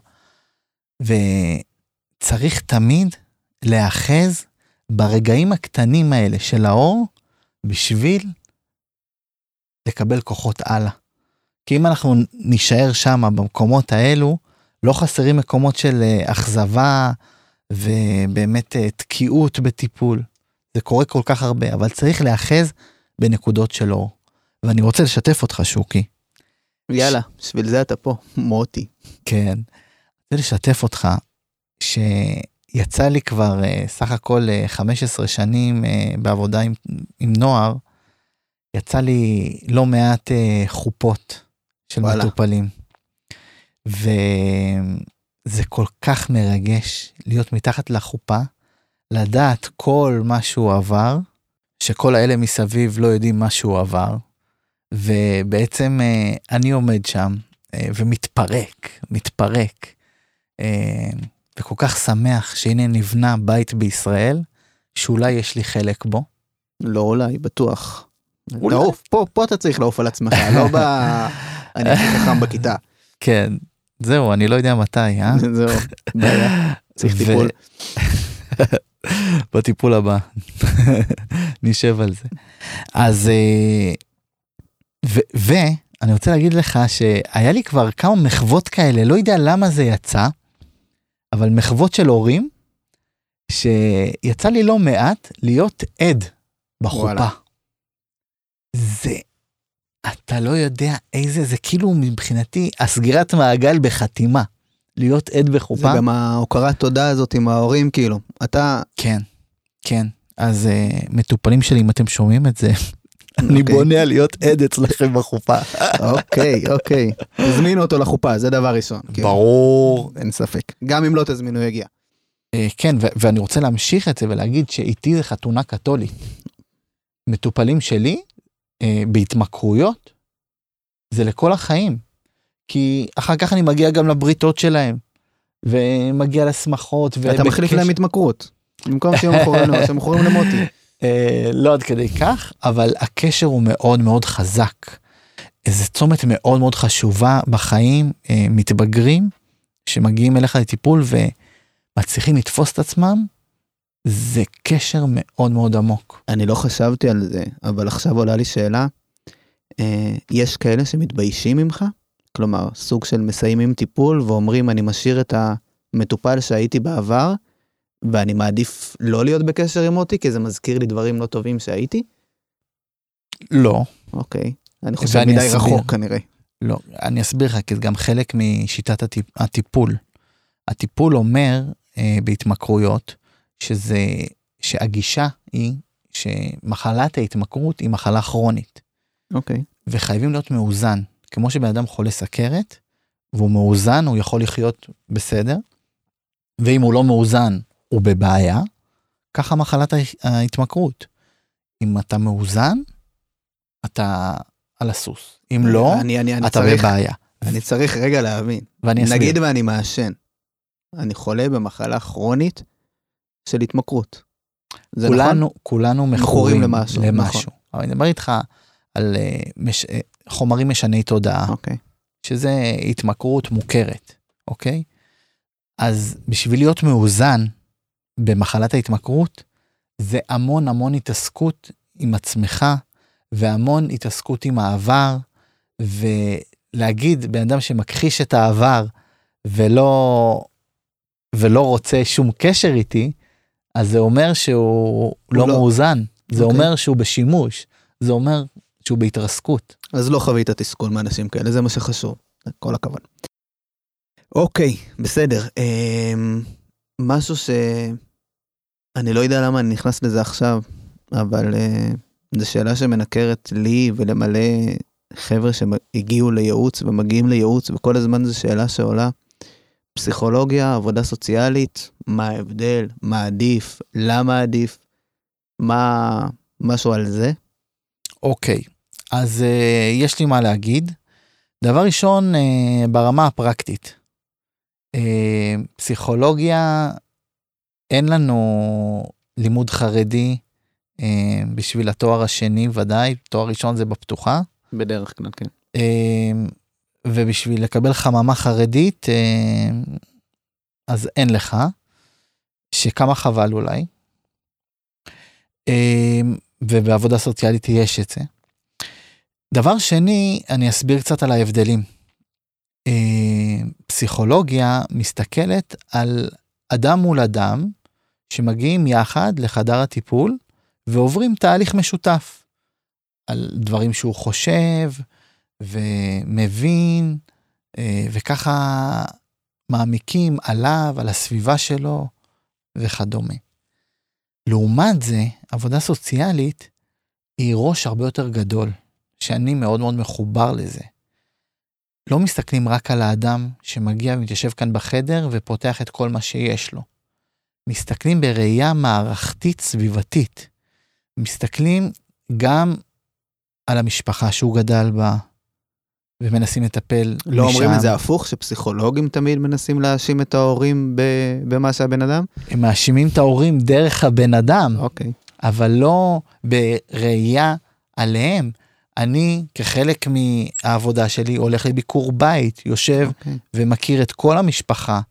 וצריך תמיד להאחז ברגעים הקטנים האלה של האור, בשביל לקבל כוחות הלאה. כי אם אנחנו נשאר שם במקומות האלו, לא חסרים מקומות של אכזבה ובאמת תקיעות בטיפול. זה קורה כל כך הרבה, אבל צריך לאחז בנקודות של אור. ואני רוצה לשתף אותך, שוקי. יאללה, בשביל זה אתה פה, מוטי. כן. אני רוצה לשתף אותך, שיצא לי כבר סך הכל 15 שנים בעבודה עם נוער, יצא לי לא מעט חופות של וואלה. מטופלים. וזה כל כך מרגש להיות מתחת לחופה, לדעת כל מה שהוא עבר, שכל האלה מסביב לא יודעים מה שהוא עבר, ובעצם אני עומד שם ומתפרק, וכל כך שמח שהנה נבנה בית בישראל, שאולי יש לי חלק בו. לא אולי, בטוח. אולי. לעוף, פה אתה צריך לעוף על עצמך, לא אני הכי חכם בכיתה. כן, זהו, אני לא יודע מתי, זהו, בעיה, צריך טיפול. בטיפול הבא, נשב על זה. אז, ואני רוצה להגיד לך שהיה לי כבר כמה מחוות כאלה, לא יודע למה זה יצא, אבל מחוות של הורים, שיצא לי לא מעט להיות עד בחופה. וואלה. זה, אתה לא יודע איזה, זה כאילו מבחינתי הסגירת מעגל בחתימה, להיות עד בחופה. זה גם ההוקרת תודה הזאת עם ההורים, כאילו, אתה... כן, אז מטופלים שלי, אם אתם שומעים את זה, אני בונה להיות עד אצלכם בחופה. אוקיי. תזמינו אותו לחופה, זה דבר ראשון. ברור. אין ספק. גם אם לא תזמינו, יגיע. כן, ואני רוצה להמשיך את זה ולהגיד שאיתי זה חתונה קתולית. מטופלים שלי, בהתמכרויות, זה לכל החיים. כי אחר כך אני מגיע גם לבריתות שלהם, ומגיע לשמחות. אתה מחליף להם התמכרות. במקום שהם מכורים למוטי. לא עד כדי כך, אבל הקשר הוא מאוד מאוד חזק. איזו צומת מאוד מאוד חשובה בחיים, מתבגרים, שמגיעים אליך לטיפול ומצליחים לתפוס את עצמם, זה קשר מאוד מאוד עמוק. אני לא חשבתי על זה, אבל עכשיו עולה לי שאלה, יש כאלה שמתביישים ממך? כלומר, סוג של מסיימים טיפול ואומרים, אני משאיר את המטופל שהייתי בעבר, ואני מעדיף לא להיות בקשר עם מוטי, כי זה מזכיר לי דברים לא טובים שהייתי? לא. אוקיי. אני חושב מדי רחוק כנראה. לא, אני אסביר לך, כי זה גם חלק משיטת הטיפול. הטיפול אומר בהתמכרויות, שהגישה היא שמחלת ההתמכרות היא מחלה כרונית. אוקיי. וחייבים להיות מאוזן. כמו שבן אדם חולה סכרת, והוא מאוזן, הוא יכול לחיות בסדר, ואם הוא לא מאוזן, הוא בבעיה, ככה מחלת ההתמכרות. אם אתה מאוזן, אתה על הסוס. אם לא, אתה בבעיה. אני צריך רגע להבין. נגיד ואני מעשן. אני חולה במחלה כרונית של התמכרות. זה נכון? כולנו מכורים למשהו. אבל אני מדבר איתך על חומרים משני תודעה, שזה התמכרות מוכרת. אוקיי? אז בשביל להיות מאוזן במחלת ההתמכרות, זה המון התעסקות עם עצמך, והמון התעסקות עם העבר, ולהגיד בן אדם שמכחיש את העבר, ולא רוצה שום קשר איתי, אז זה אומר שהוא לא מאוזן, זה אומר שהוא בשימוש, זה אומר שהוא בהתרסקות. אז לא חווית תסכול מאנשים כאלה, זה מה שחשוב, כל הכבוד. אוקיי, בסדר. משהו שאני לא יודע למה אני נכנס לזה עכשיו, אבל זו שאלה שמנקרת לי ולמלא חבר'ה שהגיעו לייעוץ ומגיעים לייעוץ, וכל הזמן זו שאלה שעולה. פסיכולוגיה, עבודה סוציאלית, מה ההבדל, מה עדיף, למה עדיף, משהו על זה? אוקיי, אז יש לי מה להגיד. דבר ראשון, ברמה הפרקטית. פסיכולוגיה, אין לנו לימוד חרדי בשביל התואר השני, ודאי, תואר ראשון זה בפתוחה. בדרך כלל, כן. ובשביל לקבל חממה חרדית, אז אין לך, שכמה חבל אולי. ובעבודה סוציאלית יש את זה. דבר שני, אני אסביר קצת על ההבדלים. פסיכולוגיה מסתכלת על אדם מול אדם, שמגיעים יחד לחדר הטיפול, ועוברים תהליך משותף, על דברים שהוא חושב, ומבין, וככה מעמיקים עליו, על הסביבה שלו, וכדומה. לעומת זה, עבודה סוציאלית, היא ראש הרבה יותר גדול, שאני מאוד מאוד מחובר לזה. לא מסתכלים רק על האדם שמגיע ומתיישב כאן בחדר ופותח את כל מה שיש לו. מסתכלים בראייה מערכתית סביבתית. מסתכלים גם על המשפחה שהוא גדל בה, ומנסים לטפל משם. לא אומרים את זה הפוך, שפסיכולוגים תמיד מנסים להאשים את ההורים במה שהבן אדם? הם מאשימים את ההורים דרך הבן אדם, אוקיי. אבל לא בראייה עליהם. אני, כחלק מהעבודה שלי, הולך לביקור בית, יושב ומכיר את כל המשפחה,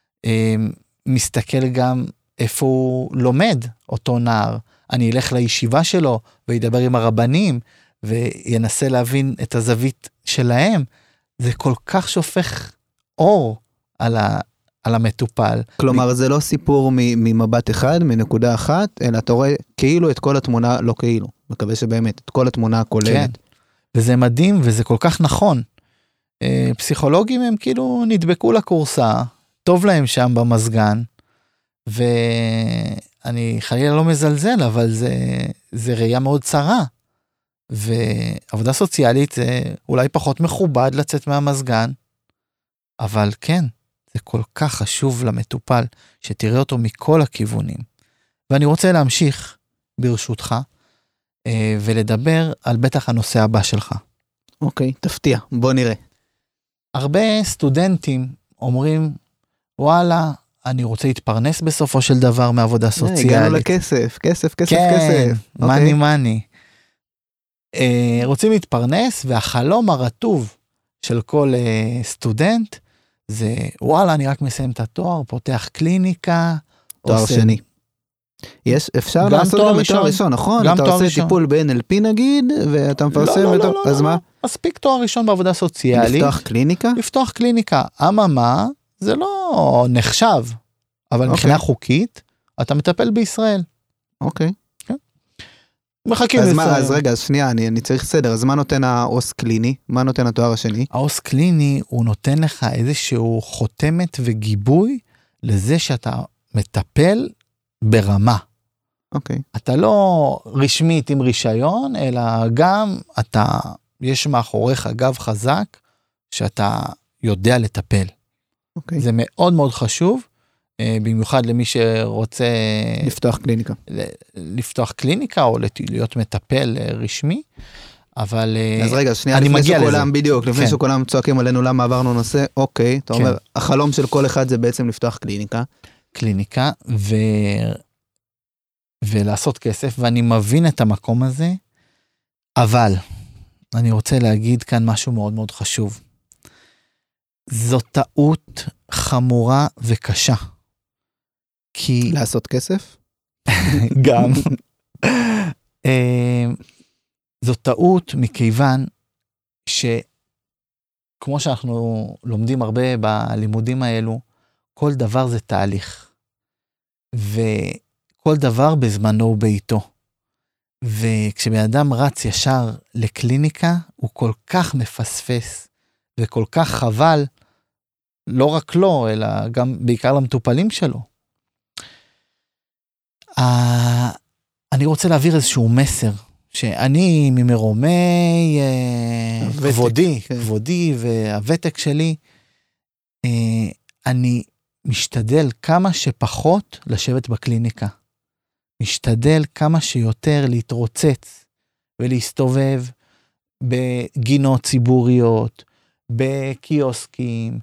מסתכל גם איפה הוא לומד, אותו נער. אני אלך לישיבה שלו, וידבר עם הרבנים, וינסה להבין את הזווית שלהם. זה כל כך שופך אור על המטופל. כלומר, זה לא סיפור ממבט אחד, מנקודה אחת, אלא אתה רואה כאילו את כל התמונה, לא כאילו, מקווה שבאמת, את כל התמונה הכוללת. כן, וזה מדהים, וזה כל כך נכון. פסיכולוגים הם כאילו נדבקו לקורסה, טוב להם שם במזגן, ואני חלילה לא מזלזל, אבל זה ראייה מאוד צרה. ועבודה סוציאלית זה אולי פחות מכובד לצאת מהמזגן, אבל כן, זה כל כך חשוב למטופל, שתראה אותו מכל הכיוונים. ואני רוצה להמשיך, ברשותך, ולדבר על בטח הנושא הבא שלך. אוקיי, תפתיע, בוא נראה. הרבה סטודנטים אומרים, וואלה, אני רוצה להתפרנס בסופו של דבר מעבודה סוציאלית. הגענו לכסף, כסף. כן, מני. רוצים להתפרנס, והחלום הרטוב של כל סטודנט, זה וואלה, אני רק מסיים את התואר, פותח קליניקה. תואר שני. אפשר לעשות גם תואר ראשון, נכון? אתה עושה טיפול ב-NLP נגיד, ואתה מפרסם, אז מה? מספיק תואר ראשון בעבודה סוציאלית. לפתוח קליניקה? לפתוח קליניקה. אממה, זה לא נחשב, אבל מבחינה חוקית, אתה מטפל בישראל. אוקיי. מחכים לסיים. אז רגע, אז שנייה, אני צריך סדר. אז מה נותן העוס קליני? מה נותן התואר השני? העוס קליני, הוא נותן לך איזשהו חותמת וגיבוי, לזה שאתה מטפל ברמה. אוקיי. אתה לא רשמית עם רישיון, אלא גם יש מאחוריך גב חזק, שאתה יודע לטפל. אוקיי. זה מאוד מאוד חשוב, במיוחד למי שרוצה לפתוח קליניקה, או להיות מטפל רשמי, אבל אז רגע, שנייה, לפני שכולם בדיוק, לפני שכולם צועקים עלינו למה עברנו נושא, אוקיי, אתה אומר, החלום של כל אחד זה בעצם לפתוח קליניקה. ולעשות כסף, ואני מבין את המקום הזה, אבל אני רוצה להגיד כאן משהו מאוד מאוד חשוב. זו טעות חמורה וקשה. כי... לעשות כסף? גם. זו טעות מכיוון שכמו שאנחנו לומדים הרבה בלימודים האלו, כל דבר זה תהליך. וכל דבר בזמנו וביתו. וכשבן אדם רץ ישר לקליניקה, הוא כל כך מפספס, וכל כך חבל, לא רק לו, אלא גם בעיקר למטופלים שלו. אני רוצה להעביר איזשהו מסר, שאני ממרומי כבודי והוותק שלי, אני משתדל כמה שפחות לשבת בקליניקה. משתדל כמה שיותר להתרוצץ ולהסתובב בגינות ציבוריות, בקיוסקים,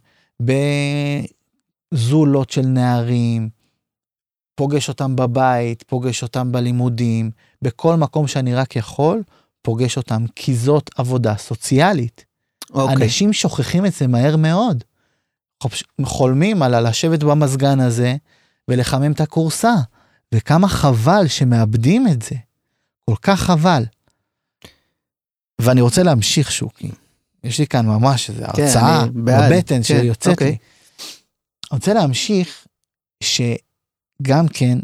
בזולות של נערים, פוגש אותם בבית, פוגש אותם בלימודים, בכל מקום שאני רק יכול, פוגש אותם, כי זאת עבודה סוציאלית. אנשים שוכחים את זה מהר מאוד. חולמים על לשבת במזגן הזה, ולחמם את הקורסה, וכמה חבל שמאבדים את זה. כל כך חבל. ואני רוצה להמשיך שוקי. יש לי כאן ממש איזו הרצאה בבטן שיוצאת לי. אני רוצה להמשיך שגם כן,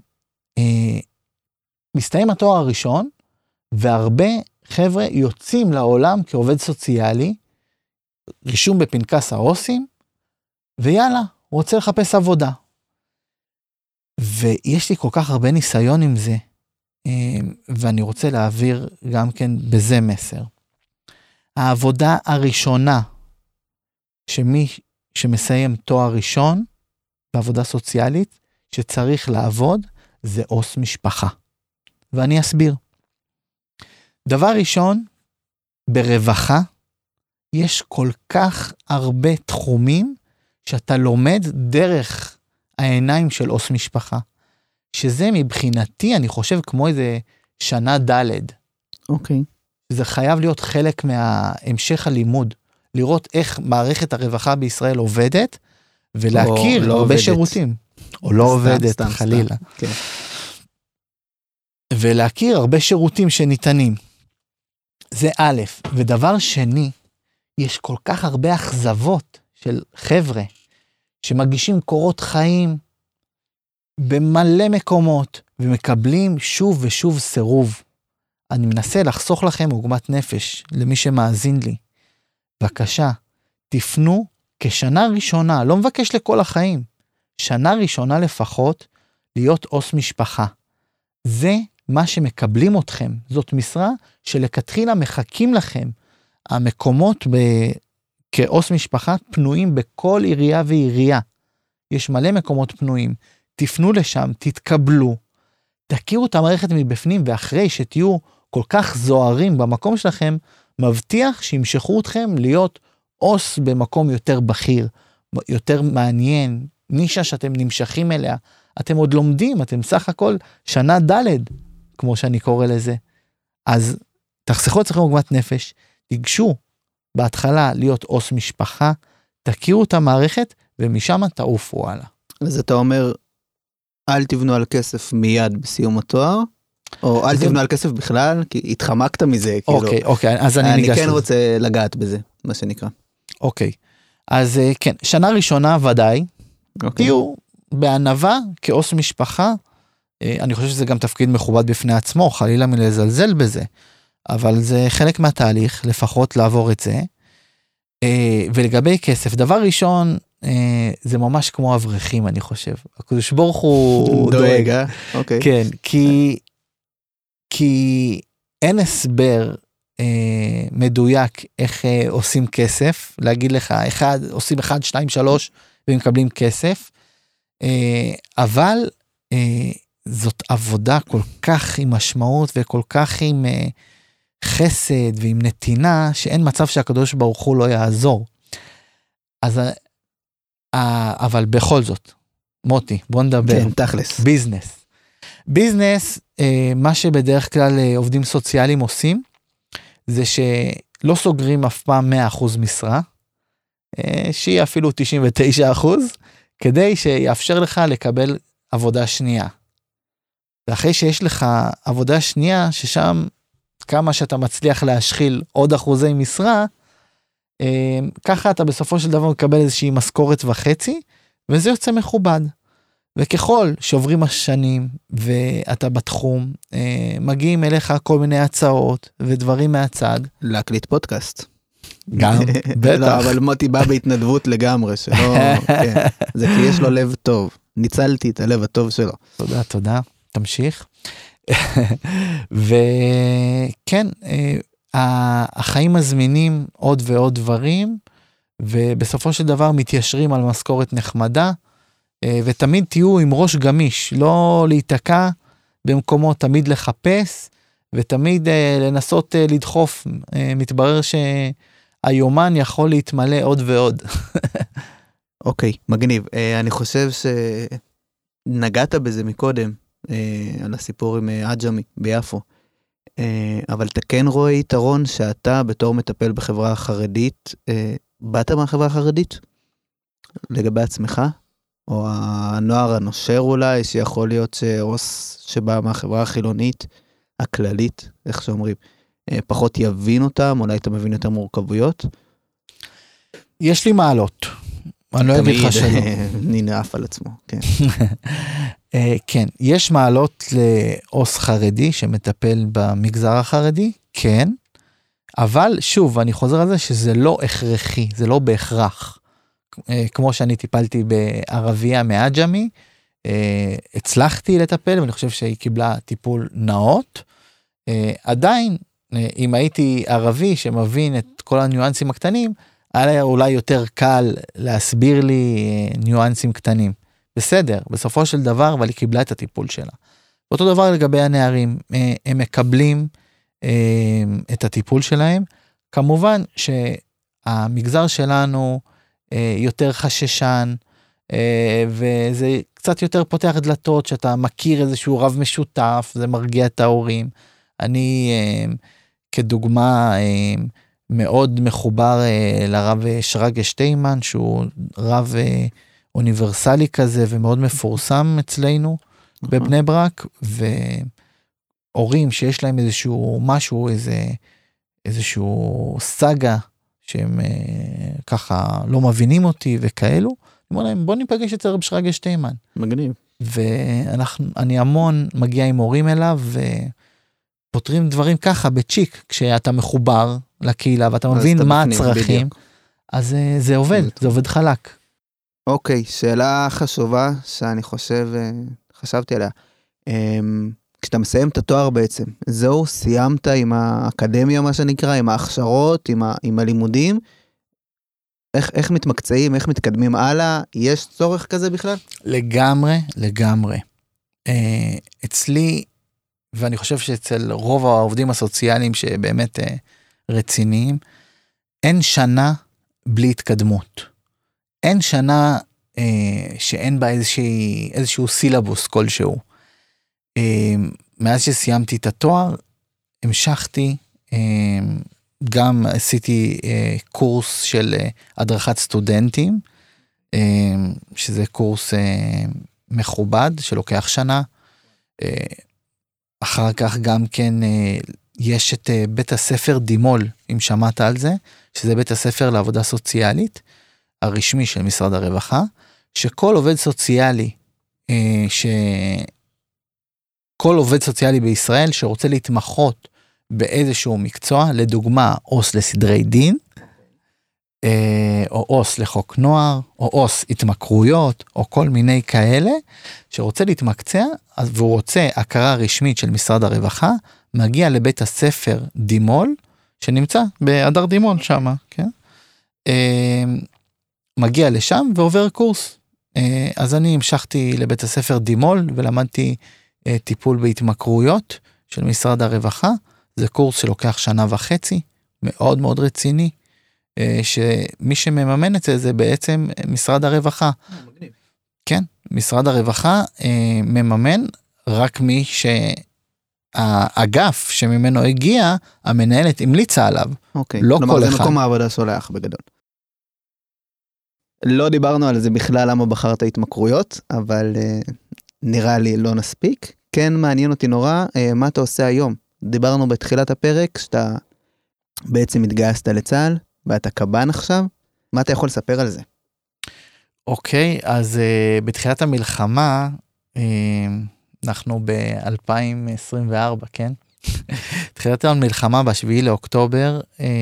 מסתיים התואר הראשון, והרבה חבר'ה יוצאים לעולם כעובד סוציאלי, רישום בפנקס העו"סים, ויאללה, רוצה לחפש עבודה. ויש לי כל כך הרבה ניסיון עם זה, ואני רוצה להעביר גם כן בזה מסר. העבודה הראשונה, שמי שמסיים תואר ראשון, בעבודה סוציאלית, שצריך לעבוד, זה עו"ס משפחה. ואני אסביר. דבר ראשון, ברווחה, יש כל כך הרבה תחומים, שאתה לומד דרך העיניים של עו"ס משפחה. שזה מבחינתי, אני חושב, כמו איזה שנה ד'. אוקיי. זה חייב להיות חלק מהמשך הלימוד. לראות איך מערכת הרווחה בישראל עובדת, ולהכיר לא הרבה עובדת. שירותים. או לא עובדת, חלילה. כן. ולהכיר הרבה שירותים שניתנים. זה א', ודבר שני, יש כל כך הרבה אכזבות של חבר'ה, שמגישים קורות חיים במלא מקומות, ומקבלים שוב ושוב סירוב. אני מנסה לחסוך לכם עוגמת נפש, למי שמאזין לי. בבקשה, תפנו כשנה ראשונה, לא מבקש לכל החיים, שנה ראשונה לפחות, להיות עו"ס משפחה. זה מה שמקבלים אתכם, זאת משרה שלכתחילה מחכים לכם. המקומות כעו"ס משפחה פנויים בכל עירייה ועירייה. יש מלא מקומות פנויים. תפנו לשם, תתקבלו, תכירו את המערכת מבפנים, ואחרי שתהיו כל כך זוהרים במקום שלכם, מבטיח שימשכו אתכם להיות עו"ס במקום יותר בכיר, יותר מעניין, נישה שאתם נמשכים אליה. אתם עוד לומדים, אתם סך הכל שנה ד', כמו שאני קורא לזה. אז תחסכו אצלכם עוגמת נפש, תיגשו בהתחלה להיות עו"ס משפחה, תכירו את המערכת, ומשם תעופו הלאה. אז אתה אומר, אל תבנו על כסף מיד בסיום התואר, או אל תבנו על כסף בכלל, כי התחמקת מזה. אוקיי, אז אני ניגש. אני כן רוצה לגעת בזה, מה שנקרא. אוקיי, אז כן, שנה ראשונה ודאי, תהיו בענווה כעו"ס משפחה, אני חושב שזה גם תפקיד מכובד בפני עצמו, חלילה מלזלזל בזה, אבל זה חלק מהתהליך, לפחות לעבור את זה. ולגבי כסף, דבר ראשון, זה ממש כמו אברכים, אני חושב. הקדוש ברוך הוא דואג, אוקיי. כן, כי אין הסבר מדויק איך עושים כסף, להגיד לך, עושים 1, 2, 3, ומקבלים כסף, אבל זאת עבודה כל כך עם משמעות, וכל כך עם חסד, ועם נתינה, שאין מצב שהקדוש ברוך הוא לא יעזור. אז אבל בכל זאת, מוטי, בוא נדבר. כן, תכלס. ביזנס, מה שבדרך כלל עובדים סוציאליים עושים, זה שלא סוגרים אף פעם 100% משרה, שהיא אפילו 99%, כדי שיאפשר לך לקבל עבודה שנייה. ואחרי שיש לך עבודה שנייה, ששם כמה שאתה מצליח להשחיל עוד אחוזי משרה, ככה אתה בסופו של דבר מקבל איזושהי משכורת וחצי, וזה יוצא מכובד. וככל שעוברים השנים, ואתה בתחום, מגיעים אליך כל מיני הצעות, ודברים מהצד. להקליט פודקאסט. גם, בטח. לא, אבל מוטי בא בהתנדבות לגמרי, שלא, כן. זה כי יש לו לב טוב. ניצלתי את הלב הטוב שלו. תודה. תמשיך. וכן, החיים מזמינים עוד ועוד דברים, ובסופו של דבר מתיישרים על משכורת נחמדה, ותמיד תהיו עם ראש גמיש, לא להיתקע במקומות, תמיד לחפש, ותמיד לנסות לדחוף. מתברר שהיומן יכול להתמלא עוד ועוד. אוקיי, מגניב. אני חושב שנגעת בזה מקודם, על הסיפור עם אג'מי ביפו. אבל אתה כן רואה יתרון שאתה בתור מטפל בחברה החרדית, באת מהחברה החרדית? לגבי עצמך? או הנוער הנושר אולי, שיכול להיות שעוס שבא מהחברה החילונית, הכללית, איך שאומרים, פחות יבין אותם, אולי אתה מבין יותר מורכבויות? יש לי מעלות. אני לא אגיד לך שלא. ננעף על עצמו, כן. כן, יש מעלות לעוס חרדי שמטפל במגזר החרדי, כן, אבל שוב, אני חוזר על זה שזה לא הכרחי, זה לא בהכרח. כמו שאני טיפלתי בערבייה מאג'מי, הצלחתי לטפל, ואני חושב שהיא קיבלה טיפול נאות. עדיין, אם הייתי ערבי שמבין את כל הניואנסים הקטנים, היה אולי יותר קל להסביר לי ניואנסים קטנים. בסדר, בסופו של דבר, אבל היא קיבלה את הטיפול שלה. אותו דבר לגבי הנערים, הם מקבלים את הטיפול שלהם. כמובן שהמגזר שלנו יותר חששן, וזה קצת יותר פותח דלתות, שאתה מכיר איזשהו רב משותף, זה מרגיע את ההורים. אני כדוגמה מאוד מחובר לרב שרגא שטיימן, שהוא רב אוניברסלי כזה, ומאוד מפורסם אצלנו בבני ברק, והורים שיש להם איזשהו משהו, איזשהו סגה, שהם ככה לא מבינים אותי וכאלו, אני אומר להם, בוא ניפגש אצל רב שרגא שטיימן. מגניב. ואני המון מגיע עם הורים אליו, ופותרים דברים ככה בצ'יק, כשאתה מחובר לקהילה, ואתה מבין מה הצרכים, אז זה עובד, זה עובד חלק. אוקיי, שאלה חשובה שאני חשבתי עליה. כשאתה מסיים את התואר בעצם, זהו, סיימת עם האקדמיה, מה שנקרא, עם ההכשרות, עם הלימודים, איך מתמקצעים, איך מתקדמים הלאה, יש צורך כזה בכלל? לגמרי, לגמרי. אצלי, ואני חושב שאצל רוב העובדים הסוציאליים שבאמת רציניים, אין שנה בלי התקדמות. אין שנה שאין בה איזשהו סילבוס כלשהו. מאז שסיימתי את התואר, המשכתי, גם עשיתי קורס של הדרכת סטודנטים, שזה קורס מכובד שלוקח שנה. אחר כך גם כן יש את בית הספר דימול, אם שמעת על זה, שזה בית הספר לעבודה סוציאלית, הרשמי של משרד הרווחה, שכל עובד סוציאלי, כל עובד סוציאלי בישראל שרוצה להתמחות באיזשהו מקצוע, לדוגמה, עוס לסדרי דין, או עוס לחוק נוער, או עוס התמכרויות, או כל מיני כאלה, שרוצה להתמקצע, והוא רוצה הכרה רשמית של משרד הרווחה, מגיע לבית הספר דימול, שנמצא בהדר דימול שם, כן? מגיע לשם ועובר קורס. אז אני המשכתי לבית הספר דימול, ולמדתי טיפול בהתמכרויות של משרד הרווחה. זה קורס שלוקח 1.5 שנה, מאוד מאוד רציני, שמי שמממן את זה בעצם משרד הרווחה. כן, משרד הרווחה מממן רק מי שהאגף שממנו הגיע, המנהלת המליצה עליו. אוקיי, לא כלומר כל זה אחד. מקום העבודה סולח בגדול. לא דיברנו על זה בכלל למה בחרת התמכרויות, אבל נראה לי לא נספיק. כן מעניין אותי נורא, מה אתה עושה היום? דיברנו בתחילת הפרק, שאתה בעצם התגייסת לצה"ל, ואתה קב"ן עכשיו, מה אתה יכול לספר על זה? אוקיי, אז בתחילת המלחמה, אנחנו ב-2024, כן? תחילת המלחמה ב7 לאוקטובר,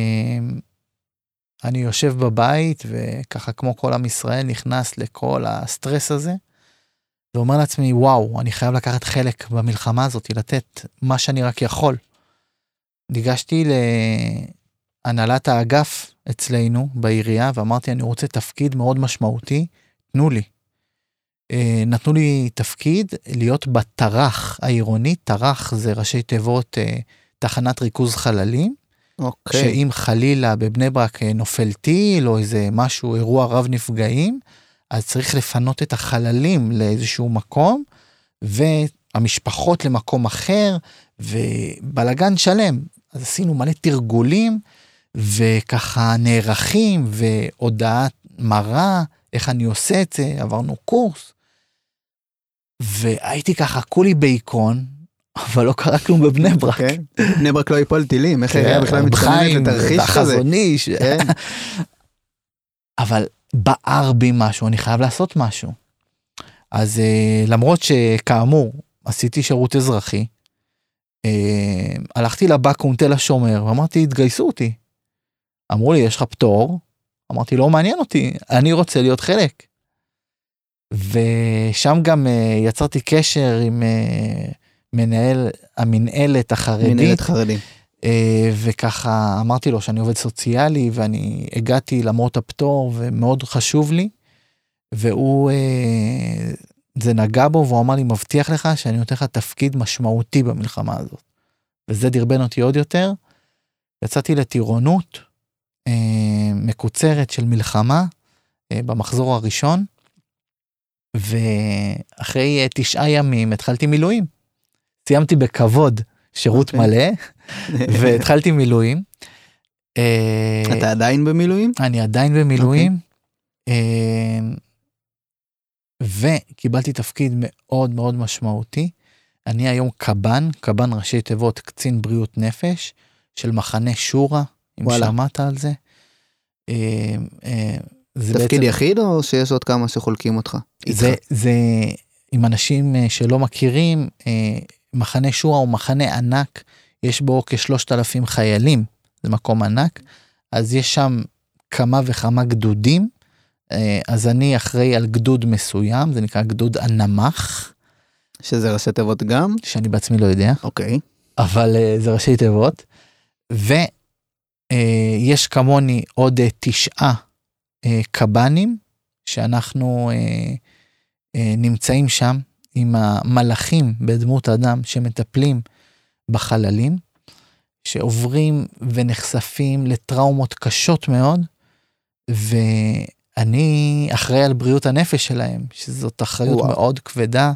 אני יושב בבית, וככה כמו כל עם ישראל נכנס לכל הסטרס הזה, ואומר לעצמי, וואו, אני חייב לקחת חלק במלחמה הזאת, לתת מה שאני רק יכול. ניגשתי להנהלת האגף אצלנו בעירייה, ואמרתי, אני רוצה תפקיד מאוד משמעותי, תנו לי. נתנו לי תפקיד להיות בתרח העירוני, תרח זה ראשי תיבות תחנת ריכוז חללים, שאם חלילה בבני ברק נופל טיל, או איזה משהו, אירוע רב נפגעים, אז צריך לפנות את החללים לאיזשהו מקום, והמשפחות למקום אחר, ובלגן שלם. אז עשינו מלא תרגולים, וככה נערכים, והודעת מראה, איך אני עושה את זה, עברנו קורס, והייתי ככה כולי בעיקרון, אבל לא קרה כלום בבני ברק. כן, בני ברק לא ייפול טילים, איך היה בכלל מתכננת לתרחיש כזה? החזוני. אבל בער בי משהו, אני חייב לעשות משהו. אז למרות שכאמור, עשיתי שירות אזרחי, הלכתי לבקו"ם תל השומר, ואמרתי, התגייסו אותי. אמרו לי, יש לך פטור? אמרתי, לא מעניין אותי, אני רוצה להיות חלק. ושם גם יצרתי קשר עם מנהל המנהלת החרדית. מנהלת חרדים. וככה אמרתי לו שאני עובד סוציאלי, ואני הגעתי למרות הפטור, ומאוד חשוב לי. והוא, זה נגע בו, והוא אמר לי, מבטיח לך שאני נותן לך תפקיד משמעותי במלחמה הזאת. וזה דרבן אותי עוד יותר. יצאתי לטירונות מקוצרת של מלחמה, במחזור הראשון, ואחרי 9 ימים התחלתי מילואים. סיימתי בכבוד שירות מלא, והתחלתי מילואים. אתה עדיין במילואים? אני עדיין במילואים. וקיבלתי תפקיד מאוד מאוד משמעותי. אני היום קב"ן ראשי תיבות, קצין בריאות נפש, של מחנה שורה, אם שמעת על זה. תפקיד יחיד או שיש עוד כמה שחולקים אותך? זה עם אנשים שלא מכירים, מחנה שורה הוא מחנה ענק, יש בו כ3,000 חיילים, זה מקום ענק, אז יש שם כמה וכמה גדודים, אז אני אחראי על גדוד מסוים, זה נקרא גדוד הנמ"ח. שזה ראשי תיבות גם? שאני בעצמי לא יודע. אוקיי. אבל זה ראשי תיבות. ויש כמוני עוד 9 קב"נים, שאנחנו נמצאים שם עם המלאכים בדמות אדם שמטפלים בחללים, שעוברים ונחשפים לטראומות קשות מאוד, ואני אחראי על בריאות הנפש שלהם, שזאת אחריות מאוד כבדה.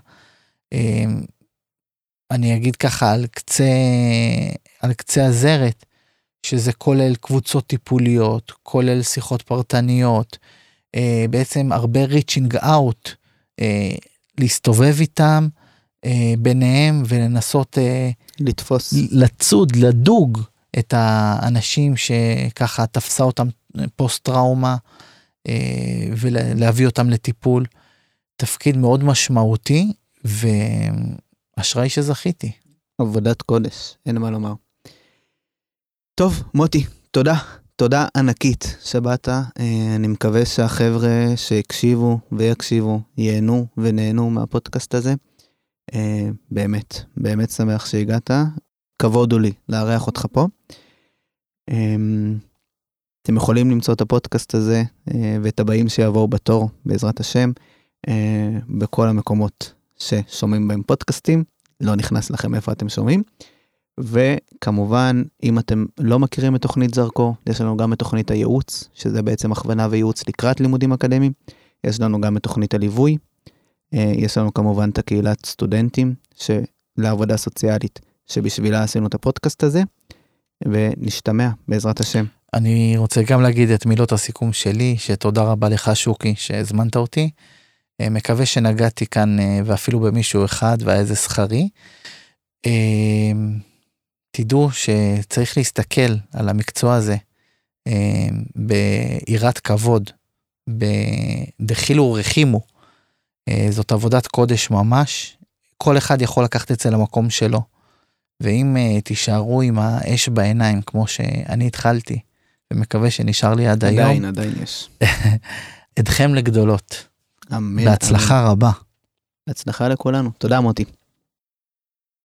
אני אגיד ככה על קצה הזרת, שזה כולל קבוצות טיפוליות, כולל שיחות פרטניות, בעצם הרבה reaching out, להסתובב איתם, ביניהם ולנסות לתפוס, לדוג את האנשים שככה תפסה אותם פוסט טראומה, ולהביא אותם לטיפול. תפקיד מאוד משמעותי, ואשרי שזכיתי. עבודת קודש, אין מה לומר. טוב, מוטי, תודה ענקית שבאת. אני מקווה שהחבר'ה שהקשיבו ויקשיבו ייהנו ונהנו מהפודקאסט הזה. באמת שמח שהגעת. כבוד הוא לי לארח אותך פה. אתם יכולים למצוא את הפודקאסט הזה ואת הבאים שיבואו בתור בעזרת השם בכל המקומות ששומעים בהם פודקאסטים. לא נכנס לכם איפה אתם שומעים. וכמובן, אם אתם לא מכירים את תוכנית זרקור, יש לנו גם את תוכנית הייעוץ, שזה בעצם הכוונה וייעוץ לקראת לימודים אקדמיים. יש לנו גם את תוכנית הליווי. יש לנו כמובן את הקהילת סטודנטים לעבודה סוציאלית, שבשבילה עשינו את הפודקאסט הזה, ונשתמע בעזרת השם. אני רוצה גם להגיד את מילות הסיכום שלי, שתודה רבה לך שוקי שהזמנת אותי. מקווה שנגעתי כאן ואפילו במישהו אחד ואיזה שכרי. תדעו שצריך להסתכל על המקצוע הזה ביראת כבוד, בדחילו ורחימו. זאת עבודת קודש ממש. כל אחד יכול לקחת את זה למקום שלו. ואם תישארו עם האש בעיניים, כמו שאני התחלתי, ומקווה שנשאר לי עד היום. עדיין יש. אתכם לגדולות. אמן. בהצלחה רבה. בהצלחה לכולנו. תודה מוטי.